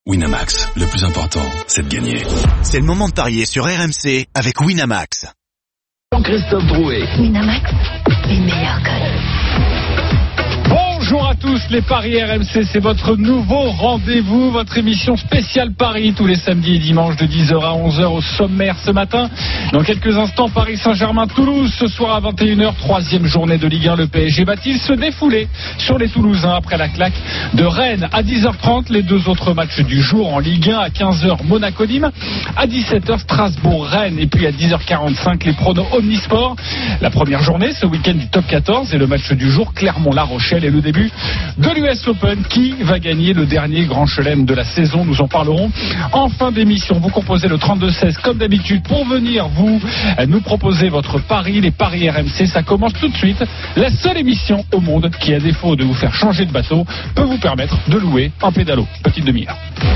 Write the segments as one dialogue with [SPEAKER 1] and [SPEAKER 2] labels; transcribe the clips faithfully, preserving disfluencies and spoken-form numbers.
[SPEAKER 1] Winamax, le plus important, c'est de gagner.
[SPEAKER 2] C'est le moment de parier sur R M C avec Winamax.
[SPEAKER 3] Jean-Christophe Drouet.
[SPEAKER 4] Winamax, les meilleurs codes.
[SPEAKER 5] Bonjour à tous, les paris R M C, c'est votre nouveau rendez-vous, votre émission spéciale Paris tous les samedis et dimanches de dix heures à onze heures au sommaire ce matin. Dans quelques instants, Paris Saint-Germain-Toulouse, ce soir à vingt et une heures, troisième journée de Ligue un, le P S G va-t-il se défouler sur les Toulousains après la claque de Rennes à dix heures trente, les deux autres matchs du jour en Ligue un à quinze heures, Monaco-Nîmes, à dix-sept heures, Strasbourg-Rennes et puis à dix heures quarante-cinq, les pronos Omnisport. La première journée, ce week-end du top quatorze et le match du jour, Clermont-La Rochelle et le début de l'U S Open. Qui va gagner le dernier grand chelem de la saison? Nous en parlerons en fin d'émission. Vous composez le trente-deux seize comme d'habitude pour venir vous nous proposer votre pari, les paris R M C. Ça commence tout de suite. La seule émission au monde qui, à défaut de vous faire changer de bateau, peut vous permettre de louer un pédalo. Petite demi-heure.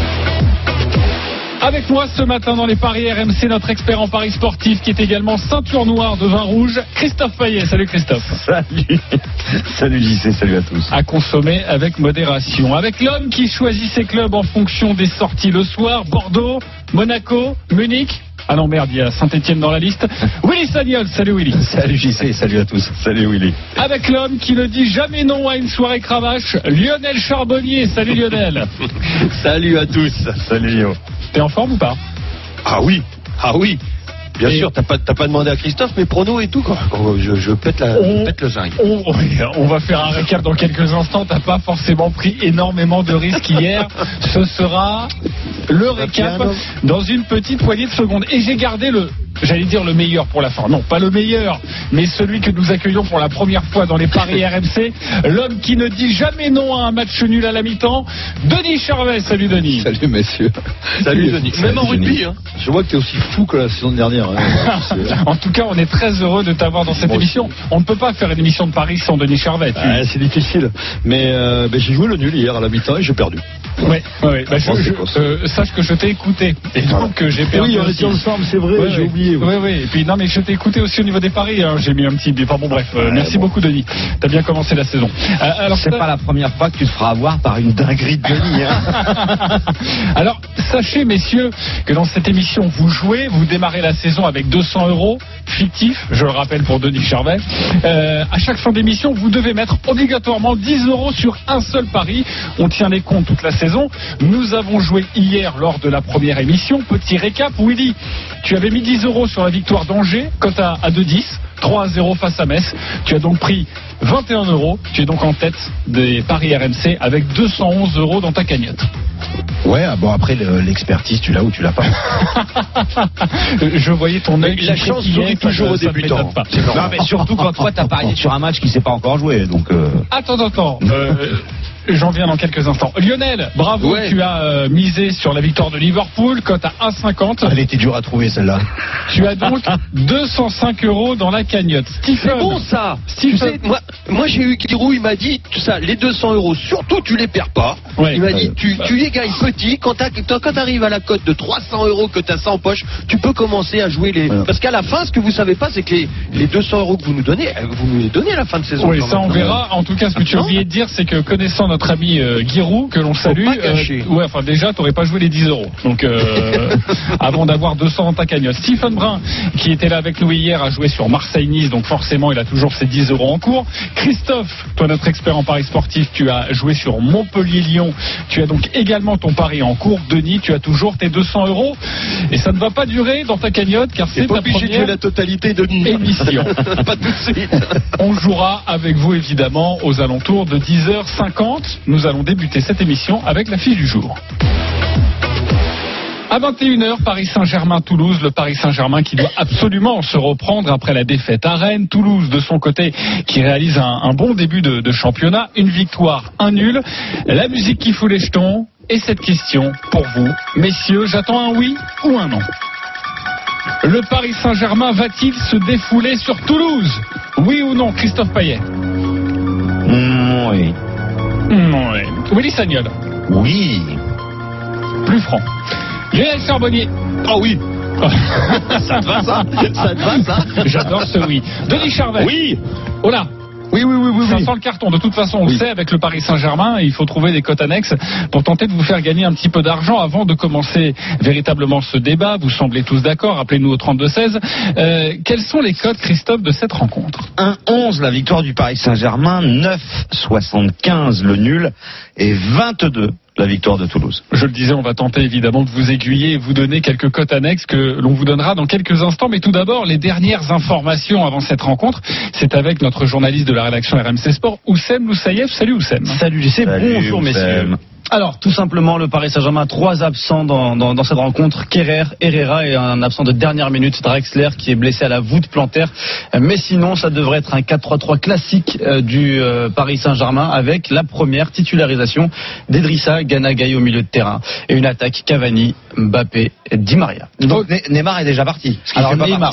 [SPEAKER 5] Avec moi ce matin dans les paris R M C, notre expert en paris sportif qui est également ceinture noire de vin rouge, Christophe Payet. Salut Christophe.
[SPEAKER 6] Salut. Salut J C, salut à tous.
[SPEAKER 5] À consommer avec modération. Avec l'homme qui choisit ses clubs en fonction des sorties le soir, Bordeaux, Monaco, Munich. Ah non merde, il y a Saint-Etienne dans la liste. Willy Sagnol, salut Willy.
[SPEAKER 6] Salut J C, salut à tous. Salut Willy.
[SPEAKER 5] Avec l'homme qui ne dit jamais non à une soirée cravache, Lionel Charbonnier. Salut Lionel.
[SPEAKER 6] Salut à tous. Salut Lio.
[SPEAKER 5] T'es en forme ou pas?
[SPEAKER 6] Ah oui, ah oui. Bien
[SPEAKER 5] et
[SPEAKER 6] sûr, t'as pas, t'as pas demandé à Christophe mes pronos et tout quoi. Je, je pète, la,
[SPEAKER 5] on,
[SPEAKER 6] pète le zinc.
[SPEAKER 5] On, on va faire un récap dans quelques instants. T'as pas forcément pris énormément de risques hier. Ce sera le récap dans une petite poignée de secondes. Et j'ai gardé le, j'allais dire le meilleur pour la fin. Non, pas le meilleur, mais celui que nous accueillons pour la première fois dans les paris R M C. L'homme qui ne dit jamais non à un match nul à la mi-temps, Denis Charvet. Salut Denis.
[SPEAKER 7] Salut messieurs.
[SPEAKER 6] Salut Denis.
[SPEAKER 7] Même en rugby, hein. Je vois que t'es aussi fou que la saison dernière. Hein.
[SPEAKER 5] En tout cas, on est très heureux de t'avoir dans cette bon, émission. On ne peut pas faire une émission de paris sans Denis Charvet.
[SPEAKER 7] Ah, c'est difficile. Mais euh, ben, j'ai joué le nul hier à la mi-temps et j'ai perdu.
[SPEAKER 5] Oui, ouais, bah, je, je, euh, sache que je t'ai écouté et donc euh, j'ai perdu.
[SPEAKER 7] Oui, on
[SPEAKER 5] aussi.
[SPEAKER 7] était ensemble, c'est vrai,
[SPEAKER 5] ouais,
[SPEAKER 7] j'ai
[SPEAKER 5] ouais.
[SPEAKER 7] oublié.
[SPEAKER 5] Oui, oui. Et puis non, mais je t'ai écouté aussi au niveau des paris. Hein. J'ai mis un petit. Enfin bon, bref. Euh, ouais, merci bon. beaucoup, Denis. T'as bien commencé la saison.
[SPEAKER 6] Euh, alors c'est ça... pas la première fois que tu te feras avoir par une dinguerie de Denis. Hein.
[SPEAKER 5] Alors sachez, messieurs, que dans cette émission, vous jouez, vous démarrez la saison avec deux cents euros fictifs. Je le rappelle pour Denis Charvet. Euh, à chaque fin d'émission, vous devez mettre obligatoirement dix euros sur un seul pari. On tient les comptes toute la saison. Nous avons joué hier lors de la première émission. Petit récap, Willy, tu avais mis dix euros sur la victoire d'Angers, cote à, à deux dix, trois à zéro face à Metz. Tu as donc pris vingt et un euros. Tu es donc en tête des paris R M C avec deux cent onze euros dans ta cagnotte.
[SPEAKER 6] Ouais, bon après le, l'expertise, tu l'as ou tu l'as pas.
[SPEAKER 5] Je voyais ton œil.
[SPEAKER 6] La chance sourit toujours aux débutants. Non mais surtout quand toi t'as parié sur un match qui s'est pas encore joué, donc. Euh...
[SPEAKER 5] Attends, attends. Euh, J'en viens dans quelques instants. Lionel, bravo, ouais. Tu as euh, misé sur la victoire de Liverpool, cote à un cinquante.
[SPEAKER 6] Elle était dure à trouver celle-là.
[SPEAKER 5] Tu as donc deux cent cinq euros dans la cagnotte. Stephen.
[SPEAKER 8] C'est bon ça. Stephen. Tu sais, moi, moi j'ai eu Giroud, il m'a dit tout ça, les deux cents euros, surtout tu les perds pas. Ouais. Il m'a dit tu, tu les gagnes petit. Quand tu arrives à la cote de trois cents euros que tu as ça en poche, tu peux commencer à jouer les. Ouais. Parce qu'à la fin, ce que vous savez pas, c'est que les, les deux cents euros que vous nous donnez, vous nous les donnez à la fin de saison.
[SPEAKER 5] Oui, ça on verra. En tout cas, ce que tu as oublié de dire, c'est que connaissant notre ami euh, Giroud, que l'on salue, euh, ouais, enfin déjà, t'aurais pas joué les dix euros. Donc, euh, avant d'avoir deux cents dans ta cagnotte. Stephen Brun, qui était là avec nous hier, a joué sur Marseille-Nice, donc forcément, il a toujours ses dix euros en cours. Christophe, toi, notre expert en paris sportif, tu as joué sur Montpellier-Lyon. Tu as donc également ton pari en cours. Denis, tu as toujours tes deux cents euros. Et ça ne va pas durer dans ta cagnotte, car c'est ta première
[SPEAKER 8] de jouer la totalité de
[SPEAKER 5] émission.
[SPEAKER 8] Pas tout de suite.
[SPEAKER 5] On jouera avec vous, évidemment, aux alentours de dix heures cinquante. Nous allons débuter cette émission avec la fiche du jour. À vingt et une heures, Paris Saint-Germain-Toulouse, le Paris Saint-Germain qui doit absolument se reprendre après la défaite à Rennes. Toulouse, de son côté, qui réalise un, un bon début de, de championnat. Une victoire, un nul. La musique qui fout les jetons. Et cette question pour vous, messieurs, j'attends un oui ou un non. Le Paris Saint-Germain va-t-il se défouler sur Toulouse? Oui ou non, Christophe Payet?
[SPEAKER 6] mmh, Oui.
[SPEAKER 5] Mmh, oui. Willy Sagnol?
[SPEAKER 6] Oui.
[SPEAKER 5] Plus franc. Lionel Charbonnier?
[SPEAKER 8] Oh oui. Ça te va ça? Ça te va ça?
[SPEAKER 5] J'adore ce oui. Denis Charvet?
[SPEAKER 8] Oui.
[SPEAKER 5] Oh là.
[SPEAKER 7] Oui, oui, oui, oui,
[SPEAKER 5] oui, ça oui. sent le carton. De toute façon, on oui. sait, avec le Paris Saint-Germain, il faut trouver des cotes annexes pour tenter de vous faire gagner un petit peu d'argent avant de commencer véritablement ce débat. Vous semblez tous d'accord. Rappelez-nous au trente-deux seize. Euh, quelles sont les cotes, Christophe, de cette rencontre?
[SPEAKER 6] un onze la victoire du Paris Saint-Germain, neuf soixante-quinze le nul et vingt-deux la victoire de Toulouse.
[SPEAKER 5] Je le disais, on va tenter évidemment de vous aiguiller et vous donner quelques cotes annexes que l'on vous donnera dans quelques instants. Mais tout d'abord, les dernières informations avant cette rencontre, c'est avec notre journaliste de la rédaction R M C Sport, Oussem Moussaïef. Salut Oussem.
[SPEAKER 9] Salut J C, bonjour
[SPEAKER 6] Oussem.
[SPEAKER 9] Messieurs. Alors, tout simplement, le Paris Saint-Germain a trois absents dans, dans, dans cette rencontre. Kerrer, Herrera et un absent de dernière minute, Draxler, qui est blessé à la voûte plantaire. Mais sinon, ça devrait être un quatre trois trois classique euh, du euh, Paris Saint-Germain, avec la première titularisation d'Edrissa Gana Gueye au milieu de terrain. Et une attaque Cavani, Mbappé, Di Maria.
[SPEAKER 6] Donc ne- Neymar est déjà parti.
[SPEAKER 9] Alors Neymar,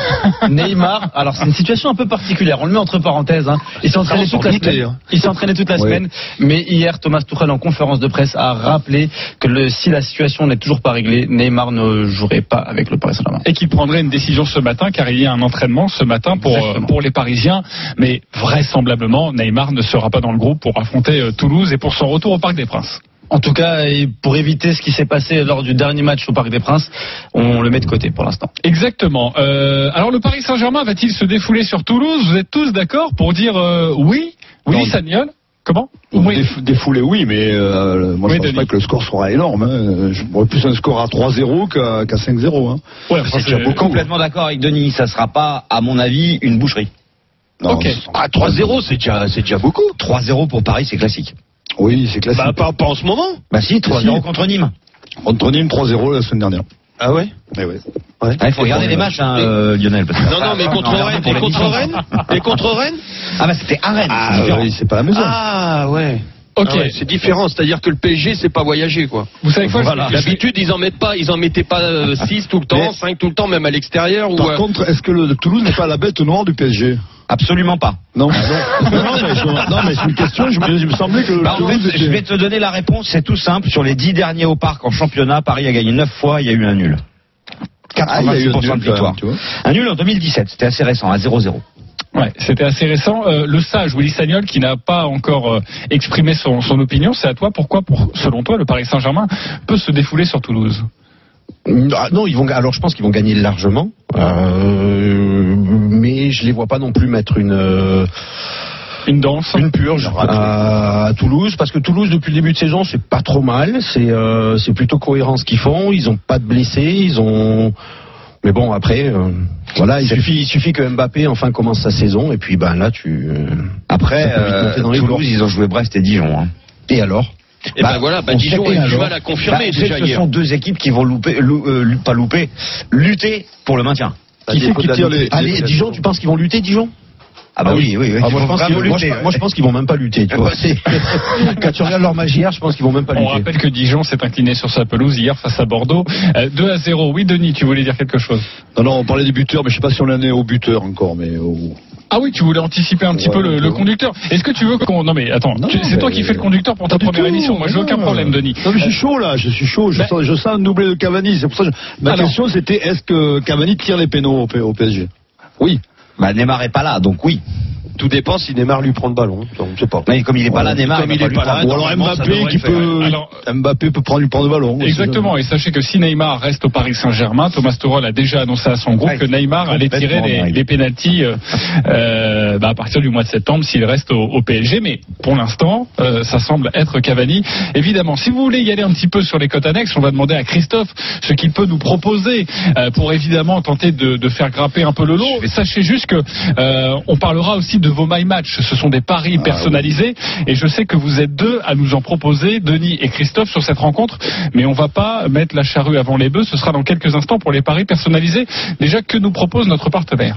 [SPEAKER 9] Neymar, alors c'est une situation un peu particulière. On le met entre parenthèses. Hein. Il s'est entraîné toute la semaine. Il s'est entraîné toute la
[SPEAKER 7] ouais.
[SPEAKER 9] semaine. Mais hier, Thomas Tuchel en conférence de presse a rappelé que le, si la situation n'est toujours pas réglée, Neymar ne jouerait pas avec le Paris Saint-Germain.
[SPEAKER 5] Et qu'il prendrait une décision ce matin, car il y a un entraînement ce matin pour, pour les Parisiens. Mais vraisemblablement, Neymar ne sera pas dans le groupe pour affronter euh, Toulouse et pour son retour au Parc des Princes.
[SPEAKER 9] En tout cas, et pour éviter ce qui s'est passé lors du dernier match au Parc des Princes, on le met de côté pour l'instant.
[SPEAKER 5] Exactement. Euh, alors le Paris Saint-Germain va-t-il se défouler sur Toulouse? Vous êtes tous d'accord pour dire euh, oui? Willy Sagnol? Comment?
[SPEAKER 7] Oui. Déf- défouler, oui, mais euh, moi
[SPEAKER 5] oui,
[SPEAKER 7] je pense
[SPEAKER 5] Denis.
[SPEAKER 7] pas que le score sera énorme. Hein. Je vois plus un score à trois zéro qu'à, qu'à cinq zéro. Hein.
[SPEAKER 5] Ouais,
[SPEAKER 6] c'est déjà beaucoup. Complètement d'accord avec Denis. Ça sera pas, à mon avis, une boucherie.
[SPEAKER 7] Non,
[SPEAKER 5] ok.
[SPEAKER 8] À trois zéro, c'est déjà, c'est déjà beaucoup.
[SPEAKER 6] trois zéro pour Paris, c'est classique.
[SPEAKER 7] Oui, c'est classique.
[SPEAKER 8] Bah, pas, pas en ce moment.
[SPEAKER 6] Bah si, trois zéro contre Nîmes.
[SPEAKER 7] Contre Nîmes, trois zéro la semaine dernière.
[SPEAKER 8] Ah ouais?
[SPEAKER 7] Eh ouais.
[SPEAKER 6] Il ah, faut regarder les matchs, hein, euh, Lionel. Parce que
[SPEAKER 8] Non, non, mais contre
[SPEAKER 6] non,
[SPEAKER 8] Rennes,
[SPEAKER 6] pour
[SPEAKER 8] et contre Rennes, et contre Rennes.
[SPEAKER 6] Ah bah c'était à Rennes.
[SPEAKER 7] Ah c'est oui, c'est pas la maison.
[SPEAKER 8] Ah ouais.
[SPEAKER 5] Ok.
[SPEAKER 8] Ah ouais, c'est différent, c'est-à-dire que le P S G c'est pas voyager quoi.
[SPEAKER 5] Vous savez quoi?
[SPEAKER 8] Voilà. D'habitude ils en mettent pas, ils en mettaient pas euh, six tout le temps, cinq tout le temps, même à l'extérieur.
[SPEAKER 7] Par
[SPEAKER 8] ou, euh...
[SPEAKER 7] contre, est-ce que le Toulouse n'est pas la bête noire du P S G?
[SPEAKER 6] Absolument pas.
[SPEAKER 7] Non, non, non, mais, je, non mais c'est une question. Je me, il me semblait que. Le
[SPEAKER 6] bah, en fait,
[SPEAKER 7] était...
[SPEAKER 6] je vais te donner la réponse. C'est tout simple. Sur les dix derniers au parc en championnat, Paris a gagné neuf fois. Il y a eu un nul. quatre-vingt-six pour cent de victoire. Un nul en deux mille dix-sept. C'était assez récent, à zéro zéro.
[SPEAKER 5] Ouais, c'était assez récent. Euh, le sage Willy Sagnol, qui n'a pas encore euh, exprimé son, son opinion, c'est à toi. Pourquoi, pour, selon toi, le Paris Saint-Germain peut se défouler sur Toulouse?
[SPEAKER 10] Ah, non, ils vont. Alors, je pense qu'ils vont gagner largement, euh, mais je les vois pas non plus mettre une. Euh,
[SPEAKER 5] Une danse,
[SPEAKER 10] une purge à, à Toulouse, parce que Toulouse depuis le début de saison c'est pas trop mal, c'est euh, c'est plutôt cohérent ce qu'ils font, ils ont pas de blessés, ils ont. Mais bon après, euh, voilà, il suffit, il suffit que Mbappé enfin commence sa saison et puis ben là tu. Euh,
[SPEAKER 6] après euh, Toulouse ils ont joué Brest et Dijon. Hein.
[SPEAKER 10] Et alors?
[SPEAKER 8] Et bah, ben voilà, bah Dijon a du mal à confirmer
[SPEAKER 6] bah,
[SPEAKER 8] déjà
[SPEAKER 6] ce
[SPEAKER 8] hier.
[SPEAKER 6] sont deux équipes qui vont louper, lou, euh, pas louper, lutter pour le maintien.
[SPEAKER 10] Qui c'est qui tire les, Allez, Dijon, tu penses qu'ils vont lutter, Dijon?
[SPEAKER 6] Ah bah oui, oui, oui.
[SPEAKER 10] Ah, moi, je pense qu'ils, lutter, moi, je, ouais. moi je pense qu'ils vont même pas lutter. Tu vois. Quand tu regardes leur magie hier, je pense qu'ils vont même pas lutter.
[SPEAKER 5] On rappelle que Dijon s'est incliné sur sa pelouse hier face à Bordeaux. Euh, deux à zéro. Oui, Denis, tu voulais dire quelque chose?
[SPEAKER 7] Non, non, on parlait des buteurs, mais je sais pas si on en est au buteur encore, mais au...
[SPEAKER 5] Ah oui, tu voulais anticiper un petit ouais, peu le, le conducteur. Est-ce que tu veux qu'on... Non mais attends, non, tu... c'est mais... toi qui fais le conducteur pour ta première tout. émission. Moi, j'ai aucun problème, Denis.
[SPEAKER 7] Non, mais je suis chaud là, je suis chaud. Je, ben... sens, je sens un doublé de Cavani. C'est pour ça que je... ma Alors... question c'était est-ce que Cavani tire les pénaux au, P... au P S G? Oui.
[SPEAKER 6] Bah Neymar est pas là, donc oui.
[SPEAKER 8] Tout dépend si Neymar lui prend le ballon. On ne sait pas.
[SPEAKER 6] Mais comme il est pas là, Neymar,
[SPEAKER 8] comme il est pas là.
[SPEAKER 7] Ou alors Mbappé qui peut, alors, Mbappé peut prendre lui prendre le ballon.
[SPEAKER 5] Exactement. Et sachez que si Neymar reste au Paris Saint-Germain, Thomas Tuchel a déjà annoncé à son groupe ouais, que Neymar allait tirer les, les pénaltys euh, euh, bah, à partir du mois de septembre s'il reste au, au P S G. Mais pour l'instant, euh, ça semble être Cavani. Évidemment, si vous voulez y aller un petit peu sur les cotes annexes, on va demander à Christophe ce qu'il peut nous proposer euh, pour évidemment tenter de, de faire grimper un peu le lot. Et sachez juste que euh, on parlera aussi de vos my match. Ce sont des paris personnalisés et je sais que vous êtes deux à nous en proposer, Denis et Christophe, sur cette rencontre, mais on va pas mettre la charrue avant les bœufs, ce sera dans quelques instants pour les paris personnalisés. Déjà, que nous propose notre partenaire?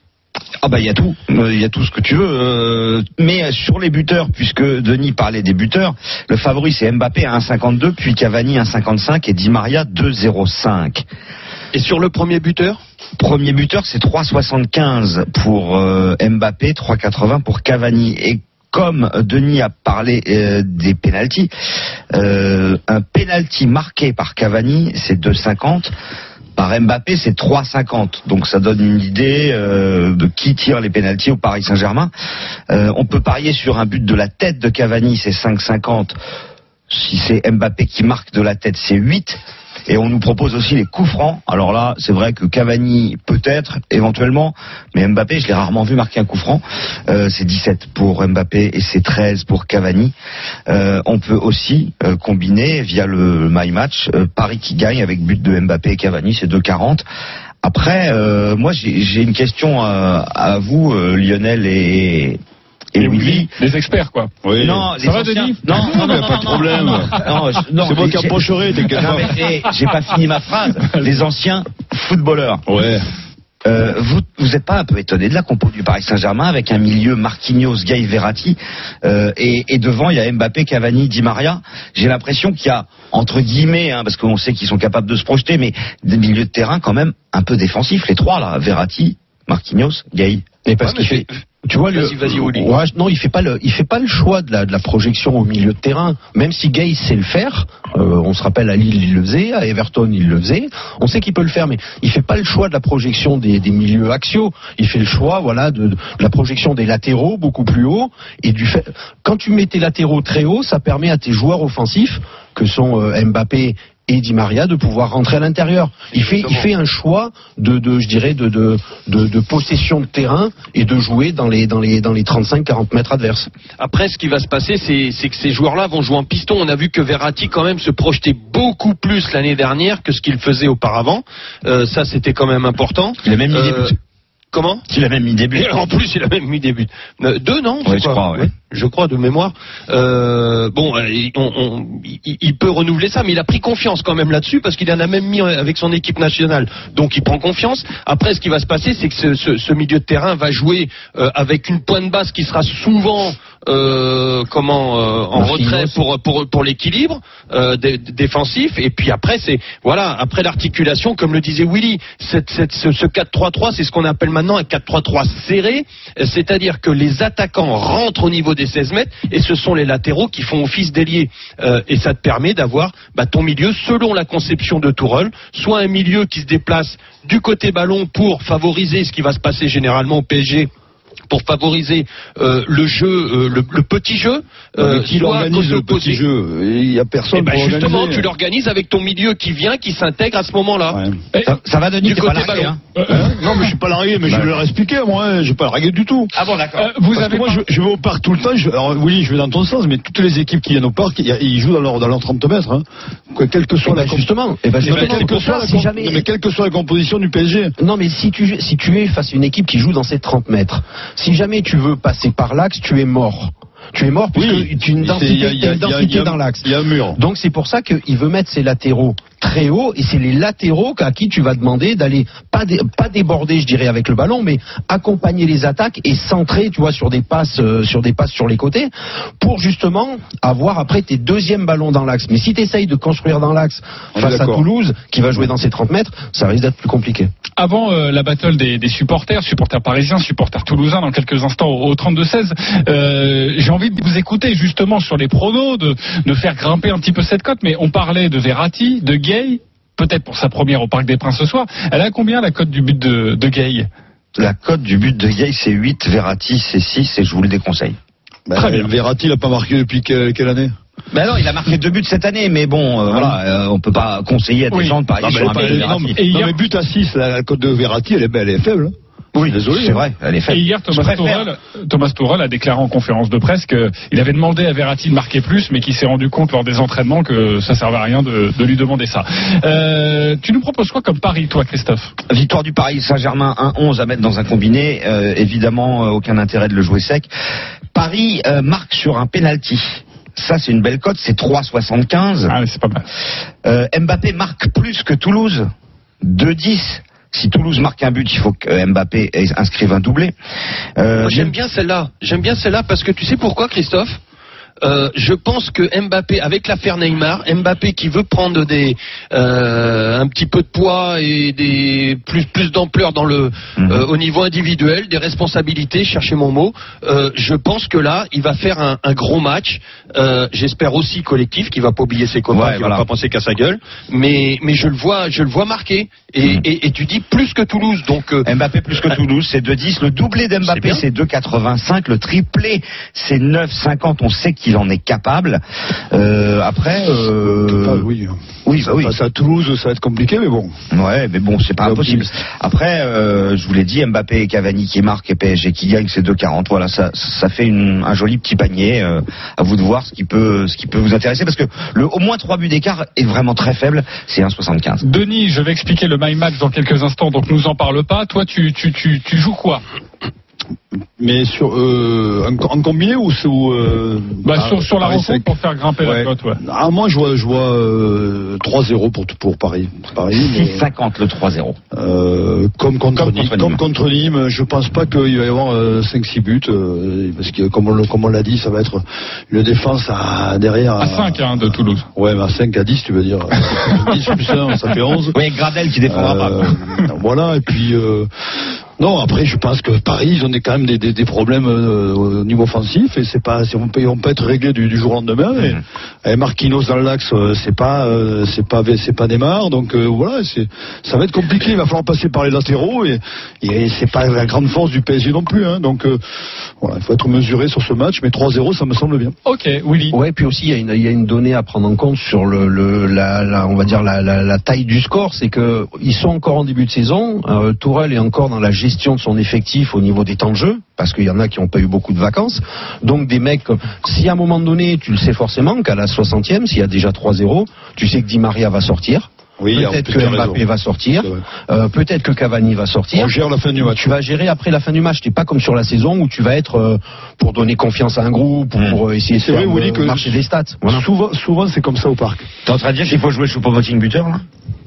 [SPEAKER 6] Ah bah il y a tout, il euh, y a tout ce que tu veux, euh, mais sur les buteurs, puisque Denis parlait des buteurs, le favori c'est Mbappé à un virgule cinquante-deux, puis Cavani à un virgule cinquante-cinq et Di Maria deux virgule zéro cinq.
[SPEAKER 8] Et sur le premier buteur?
[SPEAKER 6] Premier buteur, c'est trois virgule soixante-quinze pour euh, Mbappé, trois virgule quatre-vingts pour Cavani. Et comme Denis a parlé euh, des pénaltys, euh, un pénalty marqué par Cavani, c'est deux virgule cinquante. par Mbappé, c'est trois cinquante. Donc ça donne une idée euh, de qui tire les pénaltys au Paris Saint-Germain. Euh, on peut parier sur un but de la tête de Cavani, c'est cinq cinquante. Si c'est Mbappé qui marque de la tête, c'est huit. Et on nous propose aussi les coups francs. Alors là, c'est vrai que Cavani, peut-être, éventuellement, mais Mbappé, je l'ai rarement vu marquer un coup franc. Euh, c'est dix-sept pour Mbappé et c'est treize pour Cavani. Euh, on peut aussi euh, combiner via le My Match euh, Paris qui gagne avec but de Mbappé et Cavani, c'est deux quarante. Après, euh, moi, j'ai, j'ai une question à, à vous, euh, Lionel et... Et, et Willy,
[SPEAKER 5] les experts quoi.
[SPEAKER 6] Oui. Non,
[SPEAKER 5] ça va Denis ?
[SPEAKER 6] Non, non, non,
[SPEAKER 7] non, pas de problème.
[SPEAKER 6] Non, non, je, non,
[SPEAKER 7] c'est moi qui approcherai, t'inquiète pas.
[SPEAKER 6] Non, mais j'ai pas fini ma phrase. Les anciens footballeurs.
[SPEAKER 7] Ouais.
[SPEAKER 6] Euh, vous, vous êtes pas un peu étonné de la compo du Paris Saint-Germain avec un milieu Marquinhos, Gay, Verratti euh, et, et devant il y a Mbappé, Cavani, Di Maria. J'ai l'impression qu'il y a entre guillemets, hein, parce qu'on sait qu'ils sont capables de se projeter, mais des milieux de terrain quand même un peu défensifs les trois là, Verratti, Marquinhos, Gay.
[SPEAKER 10] Et parce ouais, que tu vois,
[SPEAKER 8] vas-y,
[SPEAKER 10] le,
[SPEAKER 8] vas-y, Oli.
[SPEAKER 10] Ouais, non, il fait pas le, il fait pas le choix de la, de la projection au milieu de terrain. Même si Gay sait le faire, euh, on se rappelle à Lille il le faisait, à Everton il le faisait. On sait qu'il peut le faire, mais il fait pas le choix de la projection des, des milieux axiaux. Il fait le choix, voilà, de, de la projection des latéraux beaucoup plus haut et du fait. Quand tu mets tes latéraux très haut, ça permet à tes joueurs offensifs que sont euh, Mbappé et Di Maria de pouvoir rentrer à l'intérieur. Il fait, il fait un choix de, de je dirais, de, de, de, de possession de terrain et de jouer dans les, dans les, dans les trente-cinq quarante mètres adverses.
[SPEAKER 8] Après, ce qui va se passer, c'est, c'est que ces joueurs-là vont jouer en piston. On a vu que Verratti, quand même, se projetait beaucoup plus l'année dernière que ce qu'il faisait auparavant. Euh, ça, c'était quand même important.
[SPEAKER 6] Il a même mis euh, des buts.
[SPEAKER 8] Comment ?
[SPEAKER 6] Il a même mis des buts.
[SPEAKER 8] En plus, il a même mis des buts. Euh, deux, non ?
[SPEAKER 6] Oui, je crois, oui.
[SPEAKER 8] Je crois de mémoire. Euh, bon, on, on, il, il peut renouveler ça, mais il a pris confiance quand même là-dessus parce qu'il en a même mis avec son équipe nationale. Donc, il prend confiance. Après, ce qui va se passer, c'est que ce, ce, ce milieu de terrain va jouer euh, avec une pointe basse qui sera souvent euh, comment euh, en Marquinhos. retrait pour pour pour l'équilibre euh, d- défensif. Et puis après, c'est voilà. Après l'articulation, comme le disait Willy, cette, cette, ce, ce quatre trois trois, c'est ce qu'on appelle maintenant un quatre trois trois serré, c'est-à-dire que les attaquants rentrent au niveau des seize mètres et ce sont les latéraux qui font office d'ailier euh, et ça te permet d'avoir bah, ton milieu selon la conception de Tourelle, soit un milieu qui se déplace du côté ballon pour favoriser ce qui va se passer généralement au P S G, pour favoriser euh, le jeu, euh, le, le petit jeu.
[SPEAKER 7] Euh, qui organise le petit jeu ? Il y a personne.
[SPEAKER 8] Et ben
[SPEAKER 7] pour
[SPEAKER 8] justement,
[SPEAKER 7] organiser.
[SPEAKER 8] tu l'organises avec ton milieu qui vient, qui s'intègre à ce moment-là.
[SPEAKER 6] Ouais. Ça, ça va Denis,
[SPEAKER 8] du
[SPEAKER 6] t'es
[SPEAKER 8] côté
[SPEAKER 6] pas largué,
[SPEAKER 8] ballon.
[SPEAKER 6] hein.
[SPEAKER 7] Euh, hein non, mais je suis pas largué, mais bah, je vais leur expliquer, moi, hein, j'ai pas largué du tout.
[SPEAKER 6] Ah bon, d'accord.
[SPEAKER 5] Euh, vous
[SPEAKER 7] Parce
[SPEAKER 5] avez
[SPEAKER 7] que moi, je, je vais au parc tout le temps. Je, alors, oui, je vais dans ton sens, mais toutes les équipes qui viennent au parc, ils, ils jouent dans leur, dans leur trente mètres, hein. Quoi, quelle que soit
[SPEAKER 10] et
[SPEAKER 7] la
[SPEAKER 10] bah, justement. Et bah, justement,
[SPEAKER 7] quelle que soit la, si jamais... non, mais quelle que soit la composition du P S G.
[SPEAKER 10] Non, mais si tu si tu es face à une équipe qui joue dans ses trente mètres, si jamais tu veux passer par l'axe, tu es mort. Tu es mort puisque
[SPEAKER 7] oui,
[SPEAKER 10] tu as une densité,
[SPEAKER 7] y a, y a,
[SPEAKER 10] une densité
[SPEAKER 7] y a,
[SPEAKER 10] dans l'axe.
[SPEAKER 7] Il y a un mur.
[SPEAKER 10] Donc c'est pour ça qu'il veut mettre ses latéraux très haut et c'est les latéraux à qui tu vas demander d'aller pas dé, pas déborder je dirais avec le ballon mais accompagner les attaques et centrer tu vois sur des passes euh, sur des passes sur les côtés pour justement avoir après tes deuxièmes ballons dans l'axe. Mais si tu essayes de construire dans l'axe
[SPEAKER 7] On
[SPEAKER 10] face à Toulouse qui va jouer dans ses trente mètres, ça risque d'être plus compliqué.
[SPEAKER 5] Avant euh, la battle des, des supporters, supporters parisiens, supporters toulousains dans quelques instants au, au trente-deux seize, euh, j'ai envie de vous écouter justement sur les pronos, de, de faire grimper un petit peu cette cote, mais on parlait de Verratti, de Gay, peut-être pour sa première au Parc des Princes ce soir. Elle a combien la cote du but de, de Gay ?
[SPEAKER 6] La cote du but de Gay c'est huit, Verratti c'est six et je vous le déconseille.
[SPEAKER 7] Bah, Très bien. Verratti il n'a pas marqué depuis quelle, quelle année ?
[SPEAKER 6] Ben non, il a marqué deux buts cette année, mais bon, euh, voilà, euh, on peut pas conseiller à des oui. gens de parier
[SPEAKER 7] non,
[SPEAKER 6] sur un
[SPEAKER 7] but
[SPEAKER 6] de Verratti.
[SPEAKER 7] Non, mais, non, mais but à six, la, la cote de Verratti, elle est, elle est faible.
[SPEAKER 6] Oui,
[SPEAKER 7] désolé,
[SPEAKER 6] c'est vrai, elle est faible.
[SPEAKER 5] Et hier, Thomas Tuchel, Thomas Tuchel a déclaré en conférence de presse qu'il avait demandé à Verratti de marquer plus, mais qu'il s'est rendu compte lors des entraînements que ça servait à rien de, de lui demander ça. Euh, tu nous proposes quoi comme pari, toi, Christophe ?
[SPEAKER 6] Victoire du Paris Saint-Germain un onze à mettre dans un combiné. Euh, évidemment, euh, aucun intérêt de le jouer sec. Paris euh, marque sur un penalty. Ça, c'est une belle cote, c'est trois soixante-quinze.
[SPEAKER 5] Ah, c'est pas mal.
[SPEAKER 6] Euh, Mbappé marque plus que Toulouse, deux dix. Si Toulouse marque un but, il faut que Mbappé inscrive un doublé.
[SPEAKER 8] Euh, Moi, j'aime bien celle-là. J'aime bien celle-là parce que tu sais pourquoi, Christophe ? Euh, je pense que Mbappé, avec l'affaire Neymar, Mbappé qui veut prendre des euh, un petit peu de poids et des plus plus d'ampleur dans le mmh. euh, au niveau individuel, des responsabilités, cherchez mon mot. Euh, je pense que là, il va faire un, un gros match. Euh, j'espère aussi collectif, qu'il va pas oublier ses copains, ouais, qu'il voilà. va pas penser qu'à sa gueule. Mais mais je le vois, je le vois marquer. Et, mmh. et, et tu dis plus que Toulouse, donc euh,
[SPEAKER 6] Mbappé plus que Toulouse, c'est deux dix. Le doublé d'Mbappé, c'est, c'est deux quatre-vingt-cinq. Le triplé, c'est neuf cinquante. On sait qu'il en est capable. Euh, après, euh...
[SPEAKER 7] pas, oui,
[SPEAKER 6] oui, bah oui.
[SPEAKER 7] Face à Toulouse, ça va être compliqué, mais bon.
[SPEAKER 6] Ouais, mais bon, c'est pas impossible. Après, euh, je vous l'ai dit, Mbappé et Cavani qui marquent et P S G qui gagne, c'est deux quarante. Voilà, ça, ça fait une, un joli petit panier. Euh, à vous de voir ce qui peut, ce qui peut vous intéresser, parce que le au moins trois buts d'écart est vraiment très faible. C'est un soixante-quinze.
[SPEAKER 5] Denis, je vais expliquer le My Match dans quelques instants, donc nous en parle pas. Toi, tu, tu, tu, tu joues quoi?
[SPEAKER 7] Mais sur euh, en, en combiné ou sous euh,
[SPEAKER 5] bah, ah, sur, sur la rencontre pour faire grimper ouais. la cote, ouais.
[SPEAKER 7] Ah, moi je vois, je vois euh, trois zéro pour, pour Paris. Paris
[SPEAKER 6] six cinquante le trois zéro.
[SPEAKER 7] Euh, comme contre,
[SPEAKER 6] comme
[SPEAKER 7] Nîmes,
[SPEAKER 6] contre Nîmes.
[SPEAKER 7] Comme contre Nîmes, je pense pas qu'il va y avoir euh, cinq six buts, euh, parce que comme on, comme on l'a dit, ça va être une défense à, derrière.
[SPEAKER 5] À, à cinq hein, de Toulouse.
[SPEAKER 7] Ouais, mais à cinq à dix tu veux dire. dix plus un, ça fait onze.
[SPEAKER 6] Oui, Gradel qui défendra
[SPEAKER 7] euh,
[SPEAKER 6] pas.
[SPEAKER 7] Voilà, et puis... Euh, non, après, je pense que Paris, ils ont des, quand même des, des, des problèmes euh, au niveau offensif, et c'est pas, on peut, on peut être réglé du, du jour au lendemain. Et, mmh. et Marquinhos dans l'axe, euh, c'est pas, euh, c'est pas, c'est pas Neymar, donc euh, voilà, c'est, ça va être compliqué. Il va falloir passer par les latéraux, et, et c'est pas la grande force du P S G non plus. Hein, donc euh, voilà, il faut être mesuré sur ce match, mais trois zéro, ça me semble bien.
[SPEAKER 5] Ok, Willy.
[SPEAKER 10] Ouais, puis aussi il y a une, il y a une donnée à prendre en compte sur le, le la, la, on va dire la, la, la taille du score, c'est que ils sont encore en début de saison. Euh, Tourelle est encore dans la gestion de son effectif au niveau des temps de jeu, parce qu'il y en a qui n'ont pas eu beaucoup de vacances. Donc des mecs, si à un moment donné, tu le sais forcément qu'à la soixantième, s'il y a déjà trois zéro, tu sais que Di Maria va sortir. Oui, peut-être que Mbappé raison. va sortir, euh, peut-être que Cavani va sortir.
[SPEAKER 7] On gère la fin du match.
[SPEAKER 10] Tu vas gérer après la fin du match. T'es pas comme sur la saison où tu vas être euh, pour donner confiance à un groupe, pour, mmh. pour essayer de faire vrai, euh, marcher des stats. Voilà.
[SPEAKER 7] Souvent, souvent c'est comme ça au parc.
[SPEAKER 6] T'es en train de dire qu'il faut jouer Choupo-Moting buteur là?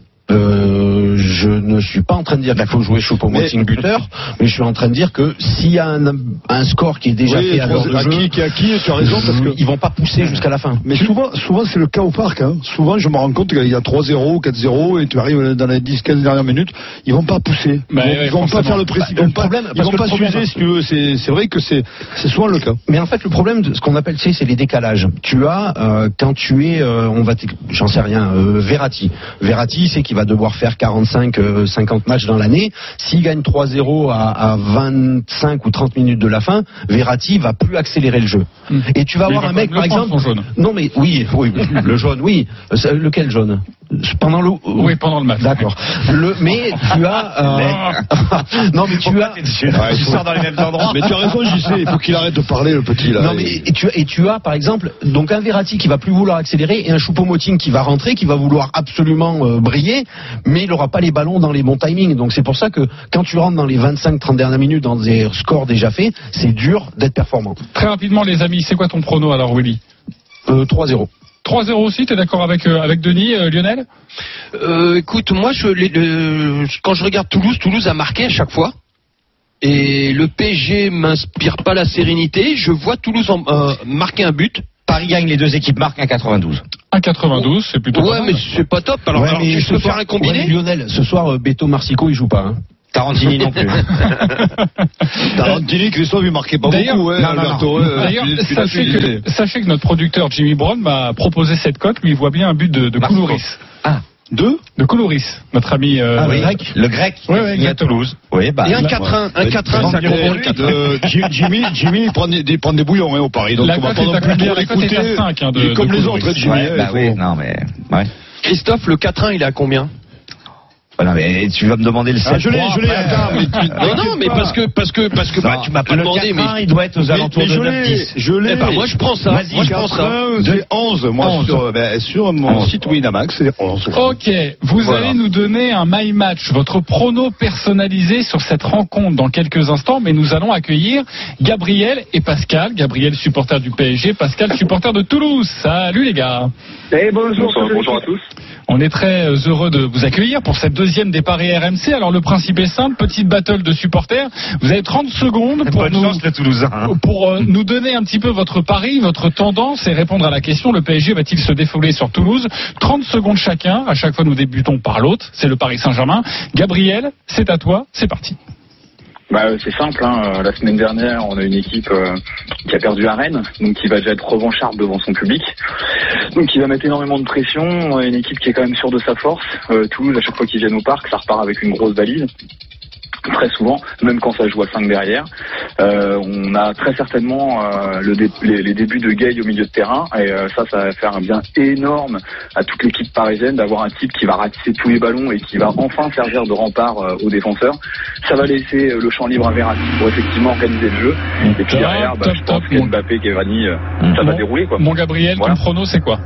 [SPEAKER 10] Euh, je ne suis pas en train de dire qu'il faut jouer Choupo-Moting buteur, mais je suis en train de dire que s'il y a un, un score qui est déjà oui, fait à l'heure de jeu,
[SPEAKER 7] qui, qui a qui, tu as raison, parce que
[SPEAKER 10] ils vont pas pousser jusqu'à la fin.
[SPEAKER 7] Mais souvent, souvent c'est le cas au parc. Hein. Souvent, je me rends compte qu'il y a trois zéro, quatre zéro, et tu arrives dans les dix quinze dernières minutes, ils vont pas pousser. Bah, ils vont, ouais, ils vont pas faire le précis. Bah, ils vont pas, problème, ils vont pas s'user, si tu veux. C'est, c'est vrai que c'est, c'est souvent le cas.
[SPEAKER 10] Mais en fait, le problème de ce qu'on appelle, c'est, c'est les décalages. Tu as euh, quand tu es, euh, on va, j'en sais rien, euh, Verratti. Verratti, c'est qu'il va devoir faire quarante-cinq cinquante matchs dans l'année. S'il gagne trois zéro à, à vingt-cinq ou trente minutes de la fin, Verratti va plus accélérer le jeu. Mmh. Et tu vas avoir un mec, par exemple.
[SPEAKER 5] Jaune.
[SPEAKER 10] Non, mais oui, oui, le jaune, oui. Lequel jaune? Pendant le.
[SPEAKER 5] Oui, pendant le match.
[SPEAKER 10] D'accord. Le, mais tu as. Euh... non, mais tu as.
[SPEAKER 6] Ouais, tu sors dans les mêmes endroits.
[SPEAKER 7] Mais tu as raison, j'y sais. Il faut qu'il arrête de parler, le petit là.
[SPEAKER 10] Non, mais et tu, et tu as, par exemple, donc un Verratti qui va plus vouloir accélérer et un Choupo-Moting qui va rentrer, qui va vouloir absolument euh, briller, mais il n'aura pas les ballons dans les bons timings. Donc c'est pour ça que quand tu rentres dans les vingt-cinq trente dernières minutes dans des scores déjà faits, c'est dur d'être performant.
[SPEAKER 5] Très rapidement, les amis, c'est quoi ton prono alors, Willy?
[SPEAKER 10] euh, trois zéro.
[SPEAKER 5] trois zéro aussi, t'es d'accord avec, euh, avec Denis, euh, Lionel?
[SPEAKER 8] euh, Écoute, moi, je, les, le, quand je regarde Toulouse, Toulouse a marqué à chaque fois. Et le P S G m'inspire pas la sérénité. Je vois Toulouse en, euh, marquer un but.
[SPEAKER 6] Paris gagne, les deux équipes marquent un quatre-vingt-douze.
[SPEAKER 5] un quatre-vingt-douze, c'est plutôt
[SPEAKER 8] ouais,
[SPEAKER 5] pas
[SPEAKER 8] mais c'est pas top. Alors,
[SPEAKER 10] ouais,
[SPEAKER 8] alors
[SPEAKER 10] mais
[SPEAKER 8] je peux
[SPEAKER 10] soir,
[SPEAKER 8] faire un combiné.
[SPEAKER 10] Ouais, Lionel, ce soir, euh, Beto Marsico, il joue pas. Hein.
[SPEAKER 6] Tarantini non plus.
[SPEAKER 7] Tarantini, Christophe, il marquait pas
[SPEAKER 5] D'ailleurs,
[SPEAKER 7] beaucoup. Ouais,
[SPEAKER 5] non, non, non. Euh, D'ailleurs, sachez que, sachez que notre producteur Jimmy Brown m'a proposé cette cote. Lui, il voit bien un but de, de Koulouris.
[SPEAKER 6] Ah.
[SPEAKER 5] Deux de Koulouris, notre ami euh,
[SPEAKER 6] ah, oui.
[SPEAKER 5] le grec.
[SPEAKER 6] Le grec,
[SPEAKER 5] oui, oui,
[SPEAKER 6] il est à Toulouse. Oui, bah,
[SPEAKER 8] et un quatre un, un quatre un, ça compte.
[SPEAKER 7] Euh, Jimmy, Jimmy, il prend des, il prend des bouillons hein, au Paris. Donc
[SPEAKER 5] la
[SPEAKER 7] on va pas non plus trop l'écouter.
[SPEAKER 5] Hein, de,
[SPEAKER 7] comme
[SPEAKER 5] de
[SPEAKER 7] les autres, Jimmy.
[SPEAKER 6] Ouais, bah oui, non mais. Ouais.
[SPEAKER 8] Christophe, le quatre un, il est à combien?
[SPEAKER 6] Non mais tu vas me demander le sept.
[SPEAKER 7] Ah, je l'ai, je l'ai. Attends, mais tu,
[SPEAKER 8] non, non, mais parce que, parce que, parce que, bah, tu m'as pas demandé, mais
[SPEAKER 6] il doit être aux alentours de neuf dix.
[SPEAKER 7] Je l'ai.
[SPEAKER 8] Eh ben, moi, je prends ça.
[SPEAKER 7] Vas-y,
[SPEAKER 8] moi, je prends ça.
[SPEAKER 7] C'est onze. Moi, onze. Sur, ben, sur mon onze. Site Winamax, c'est onze.
[SPEAKER 5] Ok. Vous voilà. allez nous donner un My Match, votre prono personnalisé sur cette rencontre dans quelques instants, mais nous allons accueillir Gabriel et Pascal. Gabriel, supporter du P S G. Pascal, supporter de Toulouse. Salut, les gars.
[SPEAKER 11] Eh, bonjour, bonjour, bonjour à tous.
[SPEAKER 5] On est très heureux de vous accueillir pour cette deuxième des paris R M C. Alors le principe est simple, petite battle de supporters. Vous avez trente secondes pour, nous,
[SPEAKER 6] chance, les Toulousains, hein.
[SPEAKER 5] pour euh, nous donner un petit peu votre pari, votre tendance et répondre à la question, le P S G va-t-il se défouler sur Toulouse? trente secondes chacun, à chaque fois nous débutons par l'autre, c'est le Paris Saint-Germain. Gabriel, c'est à toi, c'est parti.
[SPEAKER 11] Bah, c'est simple, hein. La semaine dernière, on a une équipe euh, qui a perdu à Rennes, donc qui va déjà être revancharde devant son public, donc qui va mettre énormément de pression, une équipe qui est quand même sûre de sa force. Euh, Toulouse, à chaque fois qu'ils viennent au parc, ça repart avec une grosse valise. Très souvent, même quand ça joue à cinq derrière. Euh, on a très certainement euh, le dé- les, les débuts de Gueye au milieu de terrain, et euh, ça, ça va faire un bien énorme à toute l'équipe parisienne d'avoir un type qui va ratisser tous les ballons et qui va enfin servir de rempart euh, aux défenseurs. Ça va laisser euh, le champ libre à Verratti pour effectivement organiser le jeu. Et puis derrière, bah,
[SPEAKER 5] top,
[SPEAKER 11] je pense
[SPEAKER 5] top,
[SPEAKER 11] que Mbappé, Cavani, euh, ça va dérouler, quoi.
[SPEAKER 5] Mon Gabriel,
[SPEAKER 11] voilà.
[SPEAKER 5] Ton prono, c'est quoi?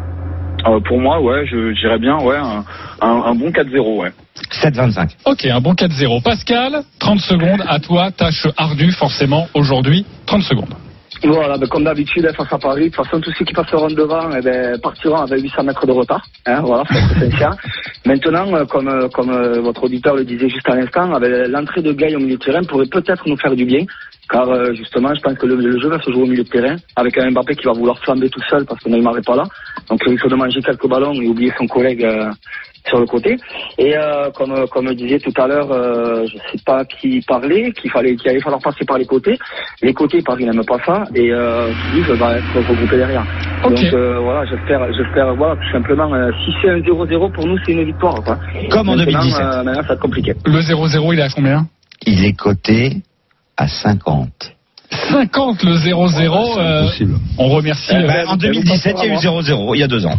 [SPEAKER 11] Euh, pour moi, ouais, je dirais bien, ouais, un, un, un bon quatre zéro, ouais.
[SPEAKER 6] sept vingt-cinq.
[SPEAKER 5] Ok, un bon quatre zéro. Pascal, trente secondes, à toi, tâche ardue forcément aujourd'hui, trente secondes.
[SPEAKER 12] Voilà, ben comme d'habitude, face à Paris, de toute façon, tous ceux qui passeront devant eh ben, partiront avec huit cents mètres de retard. Hein, voilà, faut être sincère. Maintenant, comme, comme votre auditeur le disait juste à l'instant, avec l'entrée de Gueye au milieu de terrain pourrait peut-être nous faire du bien. Car euh, justement, je pense que le, le jeu va se jouer au milieu de terrain, avec un Mbappé qui va vouloir flamber tout seul parce que Neymar n'est pas là. Donc il faut de manger quelques ballons et oublier son collègue euh, sur le côté. Et euh, comme comme disait tout à l'heure, euh, je sais pas qui parlait, qu'il fallait qu'il allait falloir passer par les côtés. Les côtés, Paris n'aime pas ça, et euh, Toulouse va être regroupé derrière. Okay. Donc euh, voilà, j'espère, j'espère, voilà, tout simplement, euh, si c'est un zéro zéro pour nous, c'est une victoire, quoi.
[SPEAKER 6] Comme en deux mille dix-sept.
[SPEAKER 12] Euh, maintenant, ça va être compliqué.
[SPEAKER 5] Le zéro zéro, il est à combien?
[SPEAKER 6] Il est coté à cinquante.
[SPEAKER 5] cinquante le zéro zéro.
[SPEAKER 7] Ouais,
[SPEAKER 5] euh, on remercie.
[SPEAKER 6] Euh, bah, en deux mille dix-sept, il y a eu zéro zéro, il y a deux ans.